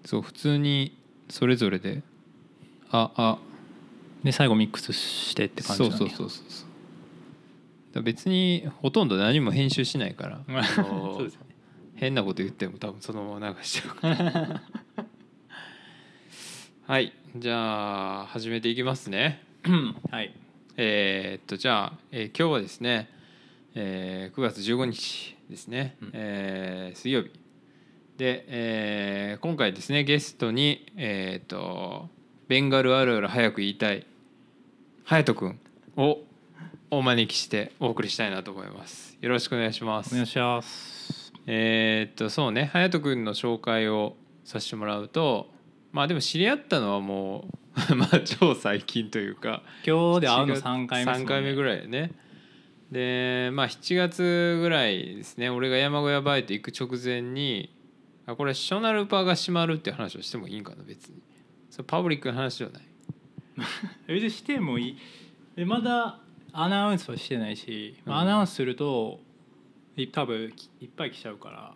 そう普通にそれぞれでで最後ミックスしてって感じなんや。 そうだから別にほとんど何も編集しないからそうですよね。 変なこと言っても多分そのまま流しちゃうからはいじゃあ始めていきますねはい。 じゃあ、今日はですね、9月15日ですね、水曜日で、今回ですねゲストに、ベンガルあるある早く言いたい隼人くんをお招きしてお送りしたいなと思います。よろしくお願いします。 お願いします。 そうね隼人くんの紹介をさせてもらうとまあでも知り合ったのはもうまあ超最近というか今日で会うの3回目ですもんね。 3回目ぐらいね。でまあ7月ぐらいですね俺が山小屋バイト行く直前にこれショナルパが閉まるっていう話をしてもいいんかな別にそれパブリックな話ではない別にしてもいい。でまだアナウンスはしてないし、アナウンスすると多分いっぱい来ちゃうから。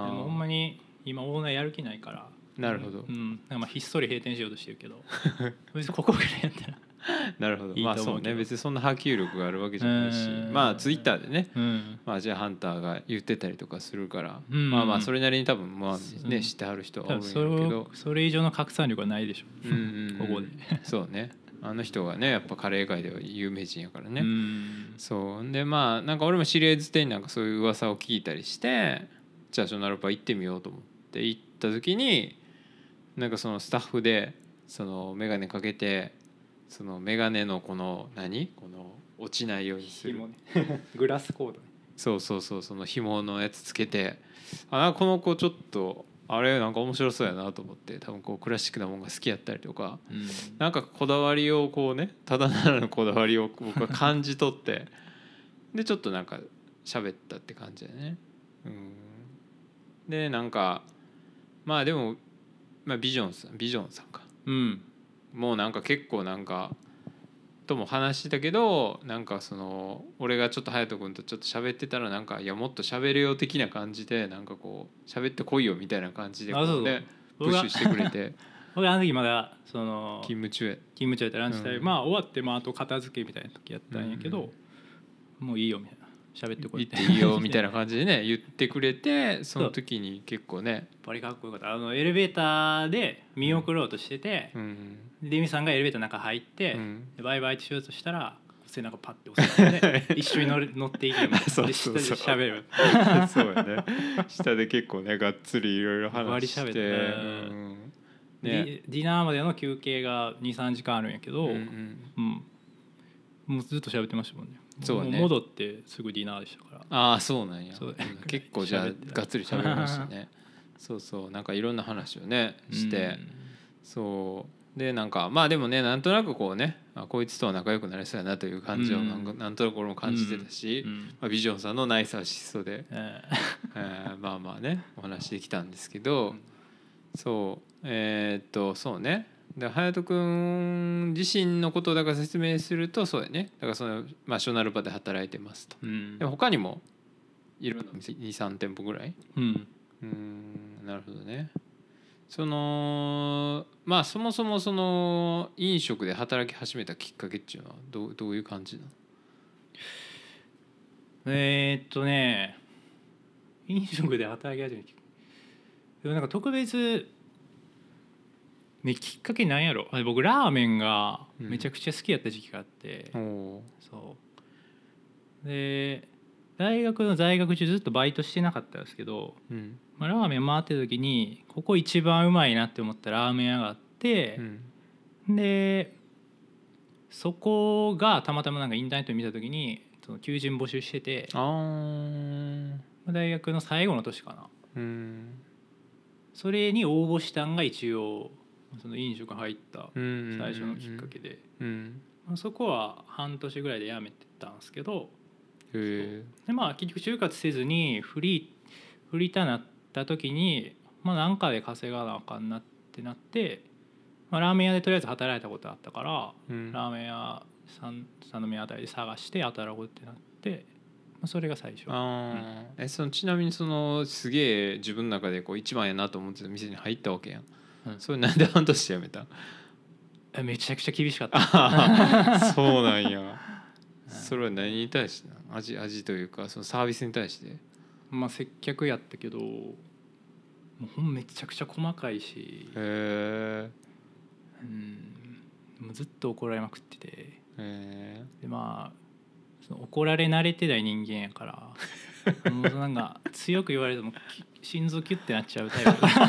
でもほんまに今オーナーやる気ないから。 なるほど、 なんかまあひっそり閉店しようとしてるけど別にここぐらいやったらなるほど。 いいまあそうね別にそんな波及力があるわけじゃないしまあツイッターでね、まあじゃあハンターが言ってたりとかするから、まあまあそれなりに多分まあね知ってはる人は多いんやけどそれ以上の拡散力はないでしょここでそうねあの人がねやっぱカレー界では有名人やからね。そうでまあなんか俺も知り合いづてになんかそういう噂を聞いたりしてじゃあショナルパ行ってみようと思って行った時になんかそのスタッフでその眼鏡かけてその眼鏡のこの落ちないようにするグラスコードね。 そうその紐のやつつけてこの子ちょっとあれなんか面白そうやなと思って多分こうクラシックなものが好きやったりとか、なんかこだわりをこうねただならぬこだわりを僕は感じ取ってでちょっとなんか喋ったって感じだね。でなんかまあでも、まあ、ビジョンさんか、もうなんか結構なんかとも話してたけどなんかその俺がちょっと隼人君とちょっと喋ってたらなんかいやもっと喋れよ的な感じでなんかこう喋ってこいよみたいな感じでこうねプッシュしてくれて僕あの時まだその勤務中やったランチタイム、まあ終わってあと片付けみたいな時やったんやけど、もういいよみたいな喋ってこい言っていいよみたいな感じでね言ってくれてその時に結構ねバリかっこよかった。エレベーターで見送ろうとしてて、デミさんがエレベーターの中入って、バイバイってしようとしたら背中パッて押されて一緒に乗っていけるみたいな下で喋るそうやね下で結構ねがっつりいろいろ話して、 ディナーまでの休憩が 2,3 時間あるんやけど、もうずっと喋ってましたもんね。そうね、もう戻ってすぐディナーでしたから。 ああそうなんや。結構じゃあがっつり喋りましたねそうなんかいろんな話をねして、そうでなんかまあでもねなんとなくこうねこいつとは仲良くなれそうやなという感じをなんとなく俺も感じてたし、ビジョンさんのナイスアシストで、まあまあねお話できたんですけど、そうそうねで隼人君自身のことをだから説明するとそうやねだからその、まあ、ショナルパで働いてますと、で他にもいろんな店 2,3 店舗ぐらい、なるほどね。そのまあそもそもその飲食で働き始めたきっかけっていうのはどういう感じなの？ 飲食で働き始めたなんか特別ねきっかけなんやろ。僕ラーメンがめちゃくちゃ好きやった時期があって、そうで大学の在学中ずっとバイトしてなかったんですけど、ラーメン回ってた時にここ一番うまいなって思ったラーメン屋があって、でそこがたまたまなんかインターネットで見た時にその求人募集してて、大学の最後の年かな、それに応募したんが一応その飲食入った最初のきっかけで、そこは半年ぐらいで辞めてたんですけど、でまあ結局就活せずにフリーターになった時に、なんかで稼がなあかんなってなって、ラーメン屋でとりあえず働いたことあったから、ラーメン屋三宮あたりで探して働くってなって、 それが最初。 そのちなみにそのすげえ自分の中でこう一番やなと思ってた店に入ったわけやん、それなんで半年でやめた？ めちゃくちゃ厳しかったそうなんや。それは何に対してな？味というかそのサービスに対して？ まあ接客やったけど、もうめちゃくちゃ細かいし、もうずっと怒られまくってて、でまあその怒られ慣れてない人間やからもうなんか強く言われても心臓キュッてなっちゃうタイプ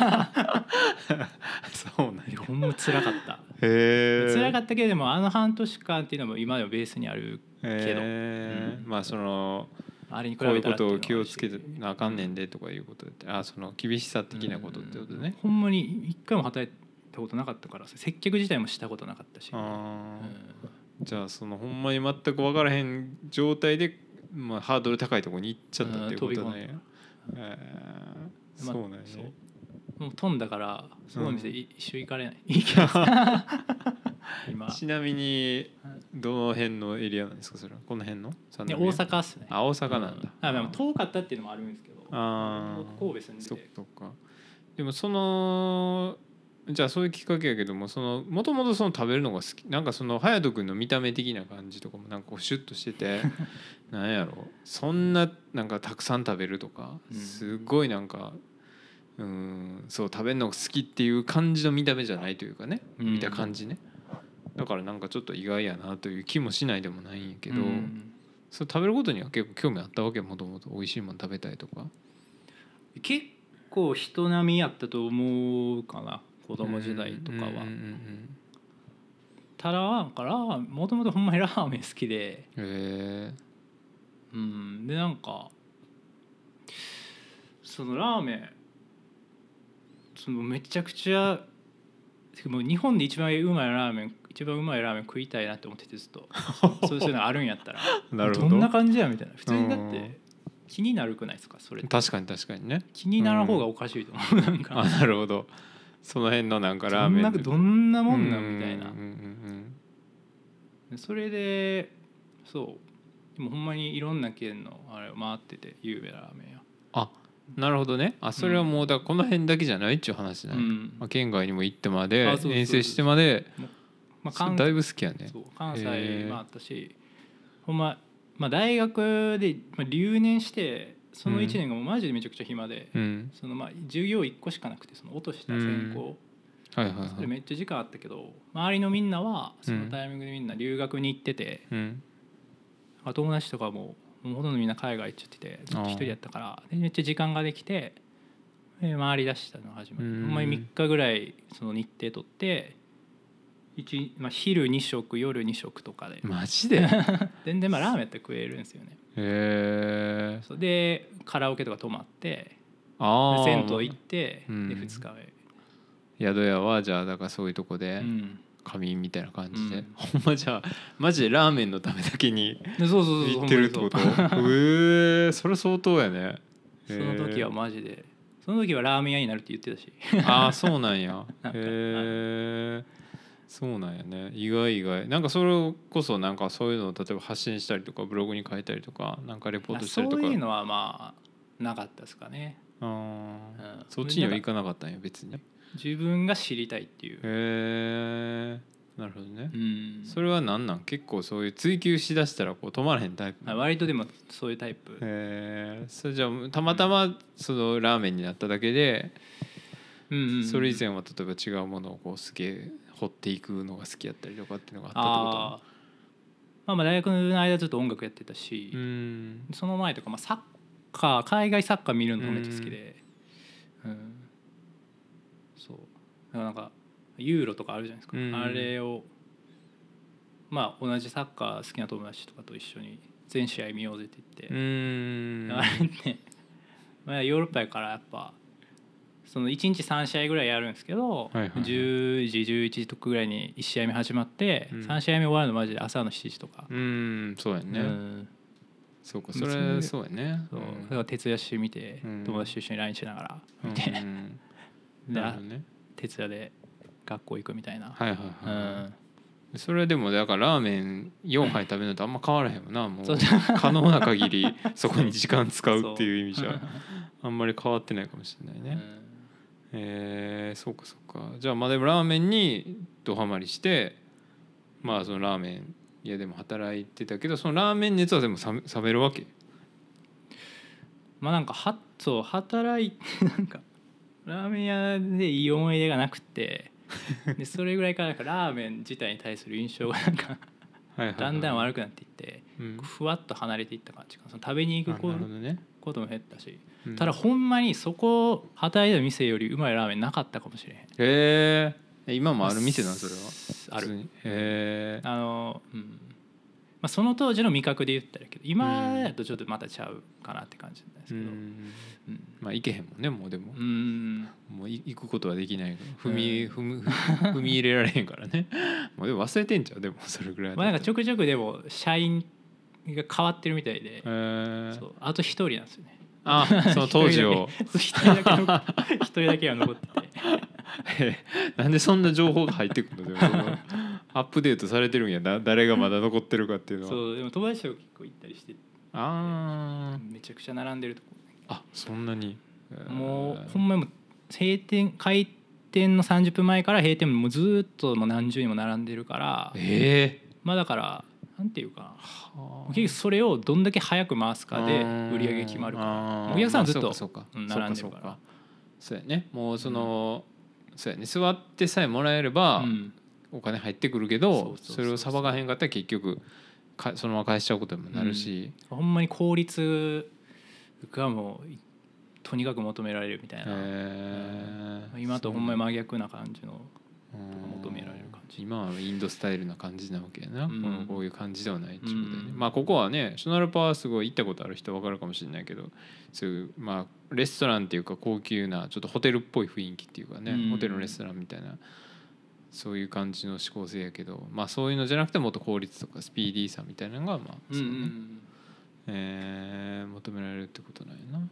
そうなんや。 ほんま辛かった。辛かったけど、でも半年間っていうのも今でもベースにあるけど、 まあそのあれに比こういうべたらことを気をつけなあかんねんでとかいうことで、その厳しさ的なことってことね。 ほんまに一回も働いたことなかったから接客自体もしたことなかったし、 じゃあそのほんまに全く分からへん状態で、まあ、ハードル高いところに行っちゃったっていうことね。そうなんやね。 もう飛んだからその店一緒行かれない、今ちなみにどの辺のエリアなんですか？それはこの辺の大阪っすね。 大阪なんだ。 でも遠かったっていうのもあるんですけど、神戸住んでて。 そっか。でもそのじゃあそういうきっかけやけども、もともとその食べるのが好き、なんかその隼人君の見た目的な感じとかもなんかこうシュッとしててなんやろ、そんななんかたくさん食べるとか、すごいなんかそう食べるのが好きっていう感じの見た目じゃないというかね、見た感じね。だからなんかちょっと意外やなという気もしないでもないんやけど、そう食べることには結構興味あったわけ？もともと美味しいもの食べたいとか。 結構人並みやったと思うかな、子供時代とかは。ただからもともとほんまにラーメン好きで、でなんかそのラーメンそのめちゃくちゃもう日本で一番うまいラーメン食いたいなって思ってて、ずっとそういうのあるんやったらなるほど、 どんな感じやみたいな。普通にだって気になるくないですか？それって確かにね。 気にならん方がおかしいと思う。なんかなるほど、その辺のなんかラーメンどんなもんなんみたいな。それでそうでもほんまにいろんな県のあれを回ってて有名なラーメン屋。 なるほどね。それはもうだからこの辺だけじゃないっていう話ね。県外にも行ってまで遠征してまで、だいぶ好きやね。 関西もあったし、ほんま大学で留年してその1年がもうマジでめちゃくちゃ暇で、その授業1個しかなくて、その落とした専攻、それめっちゃ時間あったけど、周りのみんなはそのタイミングでみんな留学に行ってて、友達とかもほとんどみんな海外行っちゃってて、ずっと一人やったからめっちゃ時間ができて回り出したのが始まり、ほんまに3日ぐらいその日程取って昼2食夜2食とかで。 マジで全然ラーメンやったら食えるんですよね。でカラオケとか泊まって銭湯行って、で2日目宿屋はじゃあだからそういうとこで仮眠みたいな感じで、ほんまじゃあマジでラーメンのためだけに行ってるってこと？それ相当やね。 その時はマジで、その時はラーメン屋になるって言ってたしそうなんや。そうなんやね。意外なんかそれこそなんかそういうのを例えば発信したりとかブログに書いたりとかなんかレポートしたりとか、 そういうのはまあなかったですかね。 そっちには行かなかったんや別に。 自分が知りたいっていう。 なるほどね。それは何なん？結構そういう追求しだしたらこう止まらへんタイプ？ 割とでもそういうタイプ。 それじゃあたまたまそのラーメンになっただけで、それ以前は例えば違うものをこうすげえ掘っていくのが好きやったりとかっていうのがあったってこと？ 大学の間ずっと音楽やってたし、その前とかサッカー、海外サッカー見るのめっちゃ好きで、そうなんかユーロとかあるじゃないですか、あれを同じサッカー好きな友達とかと一緒に全試合見ようぜって言って、あれってヨーロッパやからやっぱその1日3試合ぐらいやるんですけど、10時11時とかぐらいに1試合目始まって、3試合目終わるのマジで朝の7時とか。 そうやね。そうか、それそうやね。 だから徹夜して見て、友達と一緒に LINE しながら見て、徹夜で学校行くみたいな。 それでもだからラーメン4杯食べるのとあんま変わらへんよな。もう可能な限りそこに時間使うっていう意味じゃあんまり変わってないかもしれないね。そうかそうか。じゃあまあでもラーメンにドハマりして、まあそのラーメン屋でも働いてたけど、そのラーメン熱はでも冷めるわけ。 まあなんかそう働いてなんかラーメン屋でいい思い出がなくてでそれぐらいからなんかラーメン自体に対する印象がなんかだんだん悪くなっていって、ふわっと離れていった感じか。その食べに行くことも減ったし、ただほんまにそこ働いた店よりうまいラーメンなかったかもしれへん。今もある店なんそれは。 ある。 へえ。 まあ、その当時の味覚で言ったらけど今だとちょっとまたちゃうかなって感じなんですけど、 まあ行けへんもんねもう。でももう行くことはできないから踏み入れられへんからねもうでも忘れてんじゃん。でもそれぐらいまあなんかちょくちょくでも社員が変わってるみたいで、そうあと一人なんですよね。 その当時を一人だけは残っててなんでそんな情報が入ってくるの。でもアップデートされてるんや。誰がまだ残ってるかっていうのは。 そうでも友達と結構行ったりして、めちゃくちゃ並んでるとこ。 そんなに。 もうほんまに開店の30分前から閉店もずっともう何十人も並んでるから、まあだからなんていうかな、結局それをどんだけ早く回すかで売り上げが決まるから、お客さんはずっと並んでるから。 そうやね。もうそうやね。座ってさえもらえればお金入ってくるけど、それをさばかへんかったら結局そのまま返しちゃうことにもなるし、 ほんまに効率がもうとにかく求められるみたいな、今とほんまに真逆な感じの求められる感じ。 今はインドスタイルな感じなわけやな、こういう感じではないっていうことでね。まあここはねショナルパはすごい行ったことある人は分かるかもしれないけど、そういうまあレストランっていうか高級なちょっとホテルっぽい雰囲気っていうかね、ホテルのレストランみたいなそういう感じの思考性やけど、まあそういうのじゃなくてもっと効率とかスピーディーさみたいなのがまあそうね、求められるってことなんやな。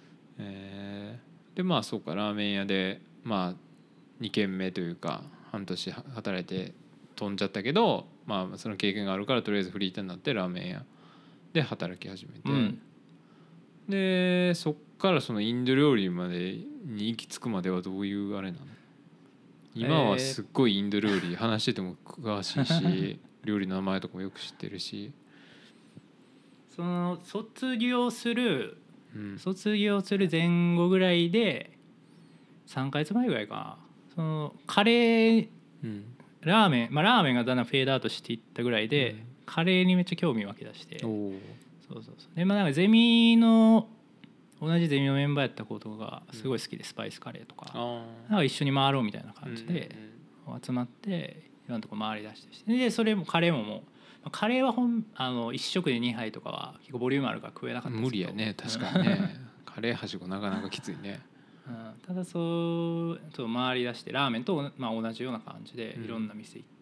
でまあそうか、ラーメン屋でまあ2軒目というか半年働いて飛んじゃったけど、まあその経験があるからとりあえずフリーターになってラーメン屋で働き始めて、でそっからそのインド料理までに行き着くまではどういうあれなの。今はすっごいインド料理話してても詳しいし料理の名前とかもよく知ってるし、 その卒業する前後ぐらいで3ヶ月前ぐらいかな、そのカレー、ラーメンがだんだんフェードアウトしていったぐらいで、カレーにめっちゃ興味湧き出して、でまあなんか同じゼミのメンバーやった子とかがすごい好きで、スパイスカレーとかなんか一緒に回ろうみたいな感じで集まっていろんなとこ回り出して、でそれもカレーもカレーは1食で2杯とかは結構ボリュームあるから食えなかったんですけど。 無理やね確かにねカレーはしごなかなかきついね。 ただそう回り出してラーメンとまあ同じような感じでいろんな店行って、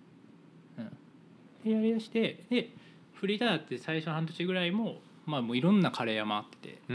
でやりだして、でフリーターって最初の半年ぐらいもまあもういろんなカレー屋回ってて、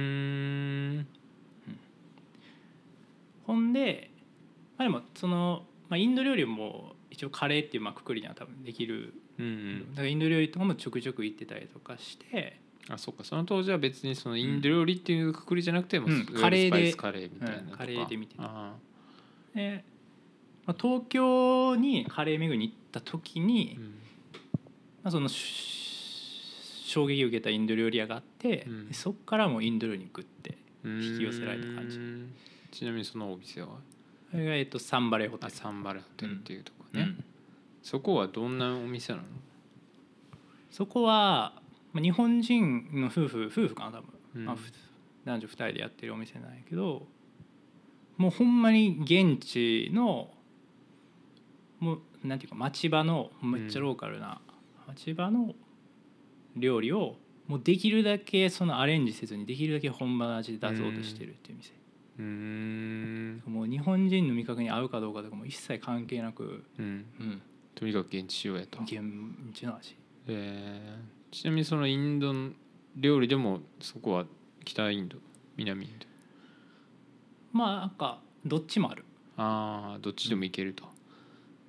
ほんで、まあ、でもインド料理も一応カレーっていうくくりには多分できる、だからインド料理とかもちょくちょく行ってたりとかして。 そうか、その当時は別にそのインド料理っていうくくりじゃなくても、 カレーでスパイスカレーみたいなとか、 カレーで見てた。で、東京にカレー巡りに行った時に、その衝撃を受けたインド料理屋があって、そっからもうインド料理にグッて引き寄せられた感じ。 ちなみにそのお店はそれがサンバレーホテル。 サンバレーホテルっていうとこね、そこはどんなお店なの。 そこは日本人の夫婦かな多分、男女2人でやってるお店なんやけど、もうほんまに現地のもうなんていうか町場のめっちゃローカルな町場の料理をもうできるだけそのアレンジせずにできるだけ本場の味で出そうとしてるっていう店。もう日本人の味覚に合うかどうかとかも一切関係なく、 とにかく現地塩やと。 現地の味。 ちなみにそのインド料理でもそこは北インド南インド。 まあなんかどっちもある。 どっちでもいけると。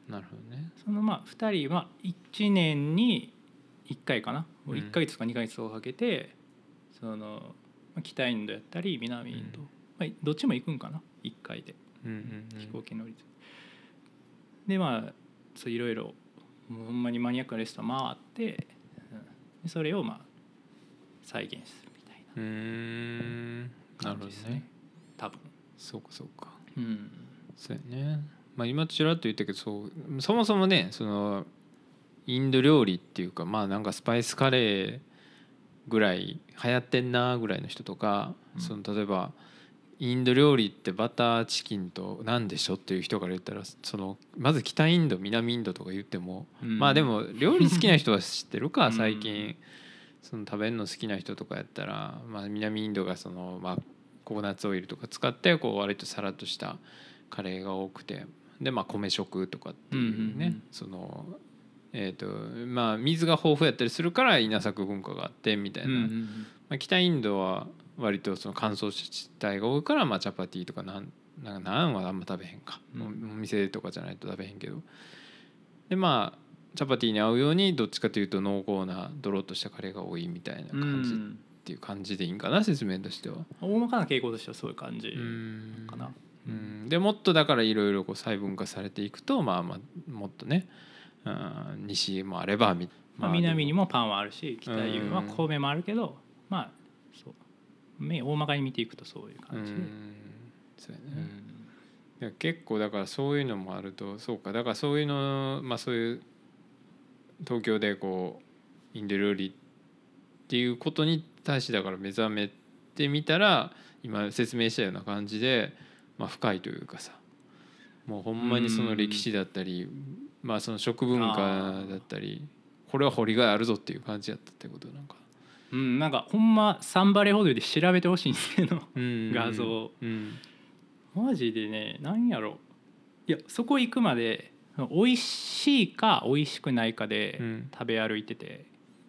なるほどね。 その2人は1年に1回かな、1ヶ月か2ヶ月をかけてその北インドやったり南インド、どっちも行くんかな1回で、飛行機乗り継でそういろいろほんまにマニアックなレストラン回って、それを再現するみたいな感じですね。多分そうかそうか。そうやね。今ちらっと言ったけどそもそもねそのインド料理っていうかなんかスパイスカレーぐらい流行ってんなぐらいの人とか、その例えばインド料理ってバターチキンとなんでしょっていう人から言ったらまず北インド南インドとか言っても、でも料理好きな人は知ってるか最近その食べるの好きな人とかやったら、南インドがココナッツオイルとか使って割とサラッとしたカレーが多くてで米食とかっていうね、水が豊富やったりするから稲作文化があってみたいな、北インドは割とその乾燥地帯が多いから、チャパティとかナンはあんま食べへんか、お店とかじゃないと食べへんけど、でチャパティに合うようにどっちかというと濃厚なドロッとしたカレーが多いみたいな感じっていう感じでいいんかな、説明としては。 大まかな傾向としてはそういう感じかな。 でもっとだからいろいろ細分化されていくともっとね、西もあれば南にもパンはあるし北には米もあるけど、そう大まかに見ていくとそういう感じで。 そうやね。結構だからそういうのもあるとそうか、だからそういうのそういう東京でインド料理っていうことに対してだから目覚めてみたら今説明したような感じで、深いというかさ、もうほんまにその歴史だったり、その食文化だったりこれは掘りがいあるぞっていう感じやったってことなんか。 なんかほんまサンバレーホテルで調べてほしいんですけど画像、マジでね、なんやろ、いやそこ行くまで美味しいか美味しくないかで食べ歩いてて、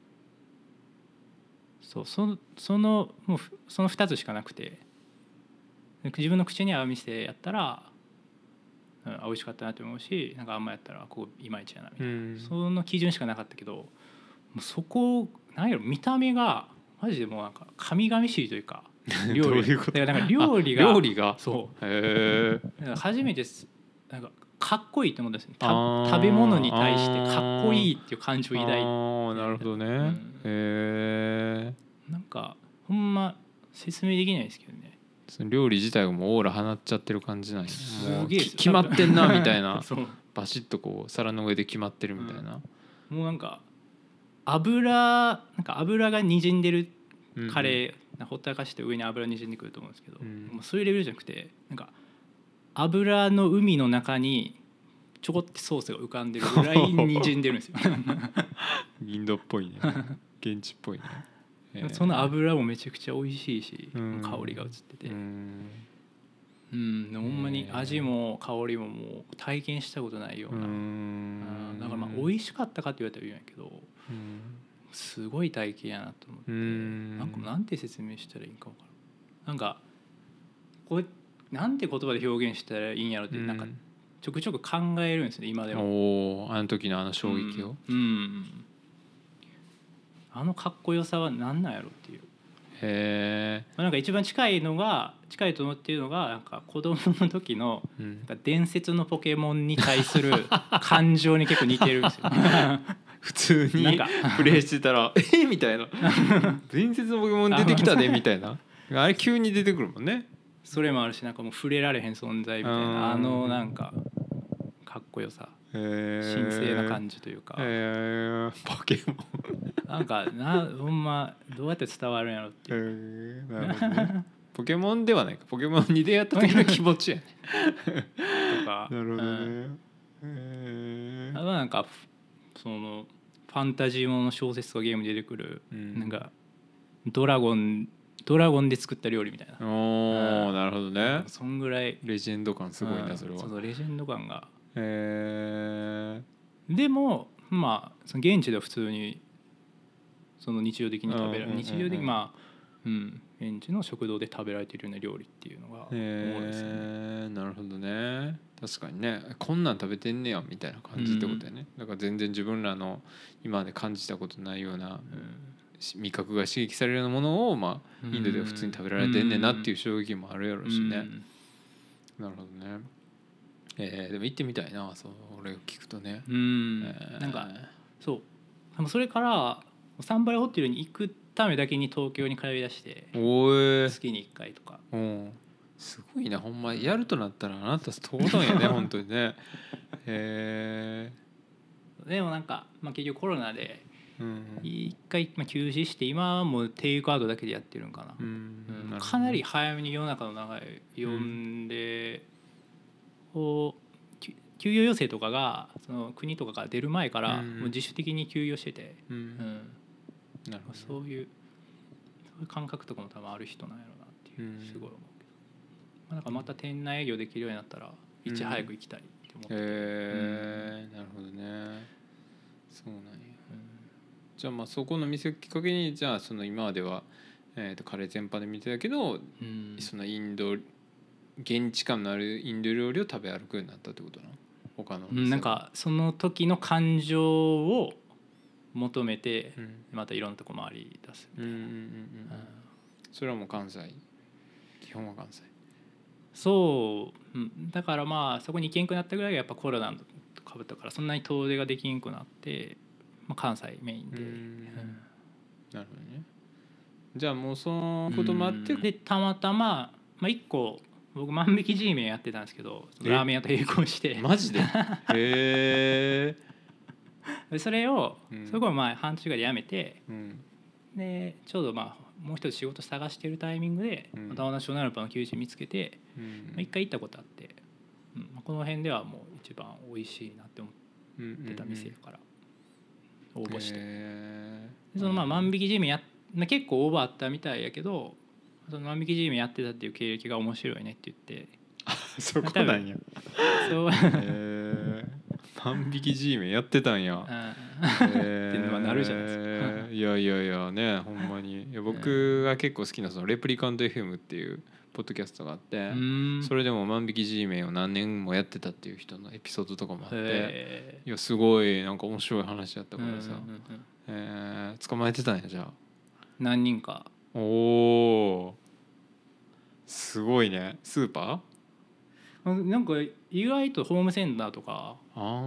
その2つしかなくて、自分の口に合う店やったら美味しかったなと思うし、なんかあんまやったらいまいちやなみたいな、その基準しかなかったけど、もうそこなんやろ、見た目がマジでもうなんか神々しいというか料理だからなんか料理がそう初めてなんかかっこいいと思ったんですね。食べ物に対してかっこいいっていう感情を抱いて。 なるほどね。 なんかほんま説明できないですけどね。 その料理自体がもうオーラ放っちゃってる感じなんや。もう決まってんなみたいなバシッと皿の上で決まってるみたいな、 もうなんか油がにじんでるカレー、ほったらかして上に油にじんでくると思うんですけど、もうそういうレベルじゃなくて、なんか油の海の中にちょこってソースが浮かんでるぐらいにじんでるんですよインドっぽいね、現地っぽいね。 その油もめちゃくちゃ美味しいし、香りが移ってて、ほんまに味も香りももう体験したことないような、だから美味しかったかって言われたら言うんやけど、すごい体験やなと思って、なんて説明したらいいんか分からん。なんかこれなんて言葉で表現したらいいんやろって、なんかちょくちょく考えるんですね今でも。 あの時の衝撃を、 あのかっこよさは何なんやろっていう。 へえ。 なんか一番近いと思っているのがなんか子供の時のなんか伝説のポケモンに対する感情に結構似てるんですよ普通にプレイしてたらみたいな伝説のポケモン出てきたでみたいなあれ急に出てくるもんね。 それもあるし、なんかもう触れられへん存在みたいな、なんかかっこよさ、神聖な感じというか、 ポケモンなんかほんまどうやって伝わるんやろっていう、 なるほどね。ポケモンではないか、ポケモンに出会った時の気持ちやねとか。 なるほどね。 あとなんかそのファンタジーもの小説とかゲームに出てくる、なんかドラゴンで作った料理みたいな。 なるほどね。 そんぐらいレジェンド感すごいなそれは。 そうレジェンド感が。でもその現地では普通にその日常的に食べられる、日常的に現地の食堂で食べられているような料理っていうのがおもろいですよね。 なるほどね。確かにね、こんなん食べてんねやみたいな感じってことやね、だから全然自分らの今まで感じたことないような、味覚が刺激されるようなものを、まあ、インドでは普通に食べられてんねんなっていう衝撃もあるやろうしね、なるほどね。でも行ってみたいな、そう俺を聞くとね。 なんかそうでもそれからサンバレホテルに行くためだけに東京に通い出して、月に1回とか。 すごいな、ほんまやるとなったらあなたとことんやね本当にね。 でもなんか、結局コロナで一回休止して、今はもうテイクアウトだけでやってるんかな。かなり早めに世の中の流れ読んで、休業要請とかがその国とかが出る前からもう自主的に休業してて、そういう感覚とかも多分ある人なんやろうなっていうすごい思うけど、なんかまた店内営業できるようになったらいち早く行きたいって思ってて。 なるほどね。そうなんや。じゃあまあそこの店をきっかけに、じゃあその今までは、カレー全般で見てたけど、そのインド現地感のあるインド料理を食べ歩くようになったってことなの？他のなんかその時の感情を求めてまたいろんなとこ回り出すみたいな。 それはもう関西、基本は関西。 そう、だからまあそこに行けんくなったぐらいがやっぱコロナとかぶったから、そんなに遠出ができんくなって、関西メインで。 なるほどね。じゃあもうそのこともあって、 でたまたま、1個僕万引き G メンやってたんですけど、ラーメン屋と並行して。 マジで？へえ。それをすごい前半年ぐらいで辞めて、でちょうどもう一つ仕事探してるタイミングでまた同じショナルパの求人見つけて、一回行ったことあって、この辺ではもう一番美味しいなって思ってた店から応募して、その万引き G メン結構応募あったみたいやけど、その万引き G メンやってたっていう経歴が面白いねって言って、 そこなんや。そう万引き G メンやってたんや。ってなるじゃないですか。 いやいやいやね、ほんまに。いや僕が結構好きなそのレプリカント FM っていうポッドキャストがあって、それでも万引き G メンを何年もやってたっていう人のエピソードとかもあって、いやすごいなんか面白い話だったからさ、捕まえてたんや。じゃあ何人か。 おお、すごいね。スーパーなんか意外とホームセンターとか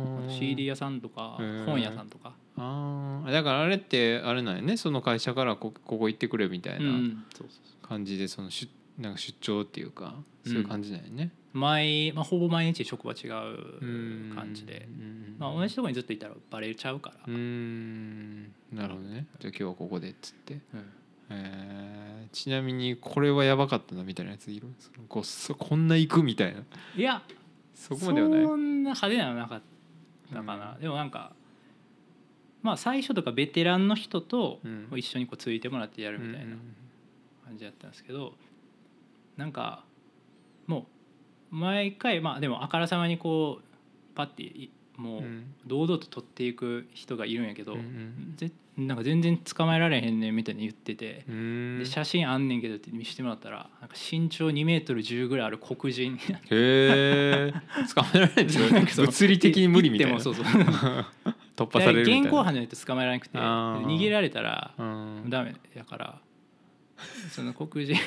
CD 屋さんとか本屋さんとか。 だからあれってあれなんやね、その会社からここ行ってくれみたいな感じで、そのなんか出張っていうかそういう感じなんやね。 ほぼ毎日職場違う感じで、同じところにずっといたらバレちゃうから。 なるほどね。じゃあ今日はここでっつって、ちなみにこれはやばかったなみたいなやついる？こんな行くみたいな。 いやそこまではない。 そんな派手なのはなかったかな。でもなんか最初とかベテランの人と一緒についてもらってやるみたいな感じだったんですけど、なんかもう毎回でもあからさまにパッてもう堂々と取っていく人がいるんやけど、なんか全然捕まえられへんねんみたいに言ってて、で写真あんねんけどって見せてもらったら、なんか身長2メートル10ぐらいある黒人。 へえ。捕まえられんの？物理的に無理みたいな。 そう突破されるみたいな。 現行犯じゃないと捕まえられなくて、逃げられたらダメやから、その黒人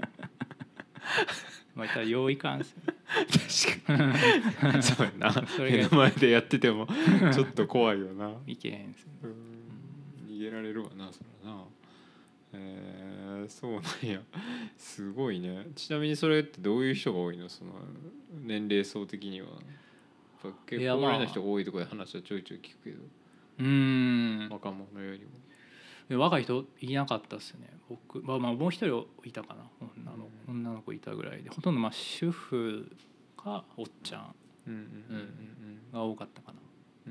また用意感する。 確かにそうやな。目の前でやっててもちょっと怖いよな。 いけへんす、 逃げられるわなそらな。そうなんや。すごいね。ちなみにそれってどういう人が多いの？その年齢層的には。結構高齢な人が多いところで話はちょいちょい聞くけど、若者よりも。 若い人いなかったですね。僕もう一人いたかな、女の子いたぐらいで、ほとんど主婦かおっちゃんが多かったかな。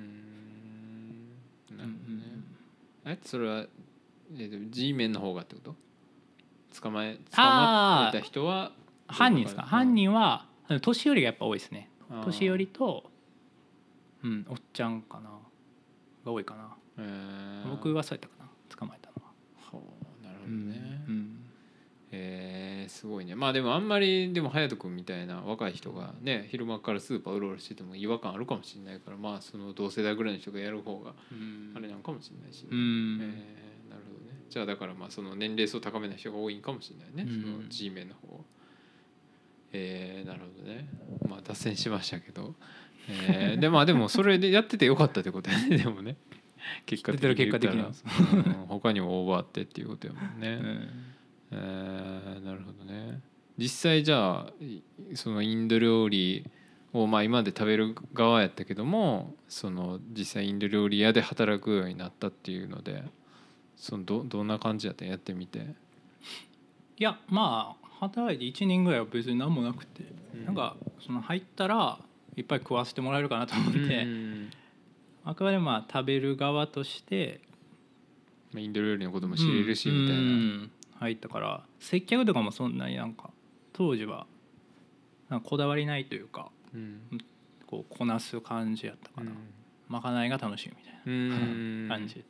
なるほどね。それはG メンの方がってこと？捕まえた人は犯人ですか？犯人は年寄りがやっぱ多いですね。年寄りとおっちゃんかなが多いかな。僕はそうやったかな、捕まえたのは。 なるほどね。 すごいね。まあでもあんまりでも隼人君みたいな若い人がね昼間からスーパーうろうろしてても違和感あるかもしれないから、まあその同世代ぐらいの人がやる方があれなんかもしれないし、ね、なるほどね。じゃあだからまあその年齢層高めな人が多いんかもしれないね、その G メンの方は。なるほどね。まあ脱線しましたけど、でまあでもそれでやっててよかったってことやね。でもね結果的に言ったら他にもオーバーってっていうことやもんね。なるほどね。実際じゃあそのインド料理をまあ今まで食べる側やったけども、その実際インド料理屋で働くようになったっていうので、そのどんな感じやったんやってみて。 いやまあ働いて1年ぐらいは別に何もなくて、なんかその入ったらいっぱい食わせてもらえるかなと思って、あくまでまあ食べる側としてインド料理のことも知れるしみたいな、 入ったから接客とかもそんなになんか当時はなんかこだわりないというか、こうこなす感じやったかな、まかないが楽しいみたいな感じ。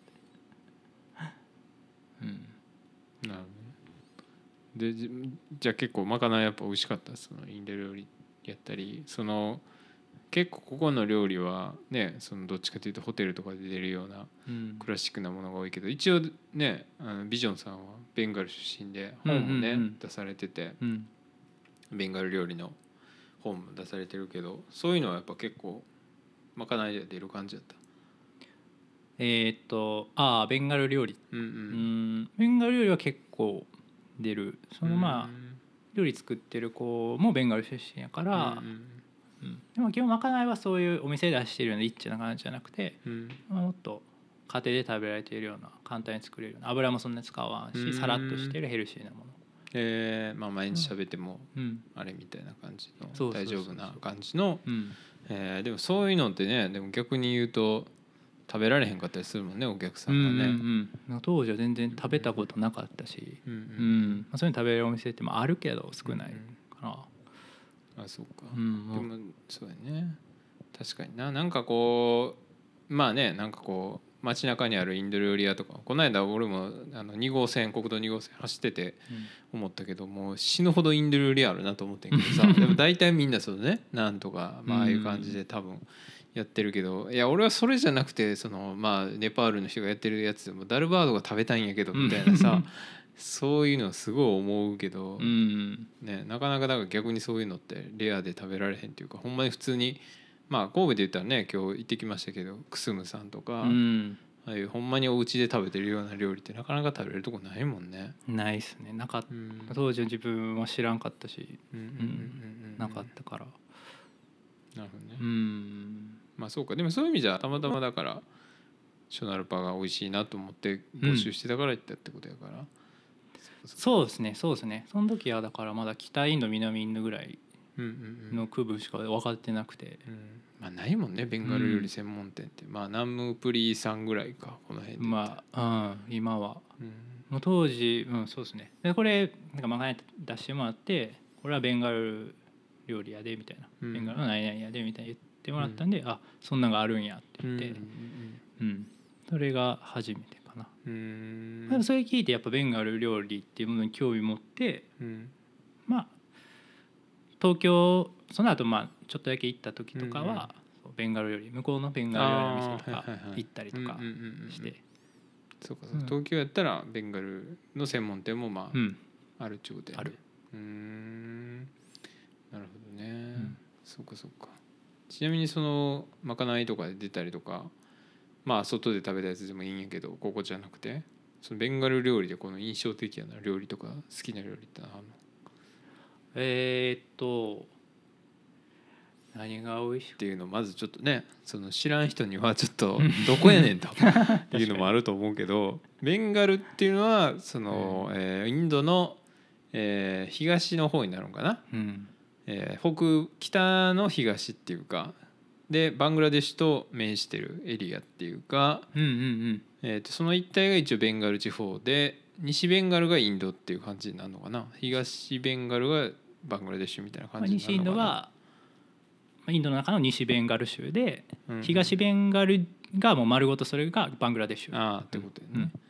なるほどね。でじゃあ結構まかないやっぱ美味しかった。そのインド料理やったり、その結構ここの料理はね、そのどっちかというとホテルとかで出るようなクラシックなものが多いけど、一応ねビジョンさんはベンガル出身で本もね出されてて、ベンガル料理の本も出されてるけど、そういうのはやっぱ結構まかないで出る感じだった。 ベンガル料理、ベンガル料理は結構出る。そのまあ料理作ってる子もベンガル出身やから、でも基本まかないはそういうお店で出してるようなリッチな感じじゃなくて、もっと家庭で食べられているような簡単に作れるような、油もそんなに使わんし、さらっとしてるヘルシーなもの。 まあ毎日食べてもあれみたいな感じの大丈夫な感じの。でもそういうのってね、でも逆に言うと食べられへんかったりするもんね、お客さんがね。 当時は全然食べたことなかったし、そういうの食べれるお店ってもあるけど少ないかな。 そうか。でもそうやね、確かにな。なんかこうまあね、なんかこう街中にあるインド料理屋とか、この間俺も2号線国道2号線走ってて思ったけど、もう死ぬほどインド料理屋あるなと思ってんけどさでも大体みんなそうね、なんとかまあああいう感じで多分やってるけど、いや俺はそれじゃなくて、そのまあネパールの人がやってるやつでもダルバードが食べたいんやけどみたいなさそういうのすごい思うけど、ね、なかなかだから逆にそういうのってレアで食べられへんっていうか、ほんまに普通にまあ神戸で言ったらね、今日行ってきましたけどクスムさんとか、ああいうほんまにお家で食べてるような料理ってなかなか食べれるとこないもんね。 ないっすね。なかった、当時の自分は知らんかったし、なかったから。 なるほどね。まあそうか。でもそういう意味じゃたまたまだからショナルパが美味しいなと思って募集してたから行ったってことやから、 そうですね。その時はだからまだ北インド南インドぐらいの区分しか分かってなくて、 まあないもんねベンガル料理専門店って。まあナムプリーさんぐらいかこの辺で。 まあ今は、もう当時そうですね。でこれなんかまかない出してもらって、これはベンガル料理やでみたいな、ベンガルの何々やでみたいな言ってもらったんで、あそんなのがあるんやって言って、それが初めてかな。でもそれ聞いてやっぱベンガル料理っていうものに興味持って、まあ東京その後まあちょっとだけ行った時とかは、ベンガル料理向こうのベンガル料理の店とか行ったりとかして、 そうか、東京やったらベンガルの専門店もまああるっちゅうことやね。 ある。 なるほどね。そうかそうか。ちなみにそのまかないとかで出たりとか、まあ外で食べたやつでもいいんやけど、ここじゃなくてそのベンガル料理でこの印象的な料理とか好きな料理ってあるの？ 何が美味しいっていうのをまずちょっとね、その知らん人にはちょっとどこやねんというのもあると思うけどベンガルっていうのはその、インドの、東の方になるのかな、北の東っていうかでバングラデシュと面してるエリアっていうか、その一帯が一応ベンガル地方で、西ベンガルがインドっていう感じになるのかな、東ベンガルがバングラデシュみたいな感じになるのかな。 西インドはインドの中の西ベンガル州で、東ベンガルがもう丸ごとそれがバングラデシュ。 ってことやね。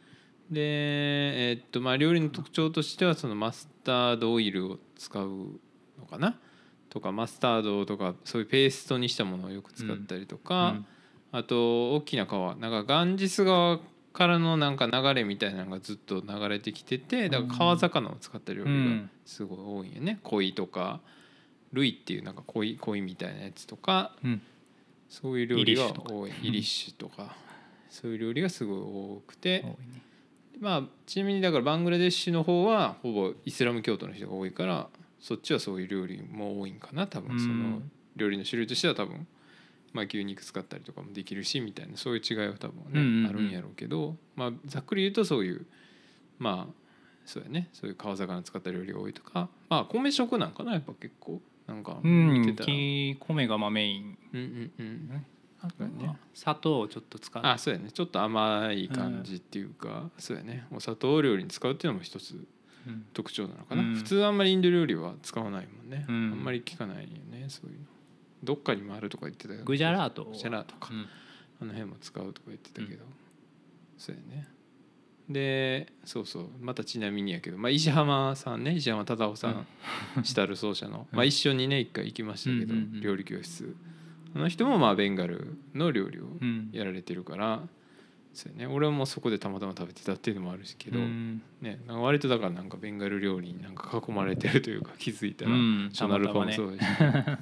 でまあ料理の特徴としてはそのマスタードオイルを使うのかなとか、マスタードとかそういうペーストにしたものをよく使ったりとか、あと大きな川なんかガンジス川からのなんか流れみたいなのがずっと流れてきてて、だから川魚を使った料理がすごい多いんよね。鯉とかルイっていうなんか鯉みたいなやつとか、そういう料理が多い。イリッシュとかそういう料理がすごい多くて、まあちなみにだからバングラデシュの方はほぼイスラム教徒の人が多いから、そっちはそういう料理も多いんかな多分。その料理の種類としては多分まあ牛肉使ったりとかもできるしみたいな、そういう違いは多分ねあるんやろうけど、まあざっくり言うとそういうまあそうやね、そういう川魚使った料理が多いとか、まあ米食なんかなやっぱ結構なんか見てたら、 米がまあメイン、あとね砂糖をちょっと使う。 あ、そうやね、ちょっと甘い感じっていうか、そうやね、お砂糖を料理に使うっていうのも一つ特徴なのかな。普通あんまりインド料理は使わないもんね、あんまり聞かないよねそういうの。どっかにもあるとか言ってたけど、 グジャラートか、あの辺も使うとか言ってたけど、そうやね。でそうそう、またちなみにやけど、まあ、石浜さんね、石浜忠夫さん、シタル奏者の、まあ、一緒にね一回行きましたけど、料理教室、あの人もまあベンガルの料理をやられてるから、そうやね、俺はもうそこでたまたま食べてたっていうのもあるけど、ね、なんか割とだからなんかベンガル料理になんか囲まれてるというか、気づいたら、ショナルパもそうですね。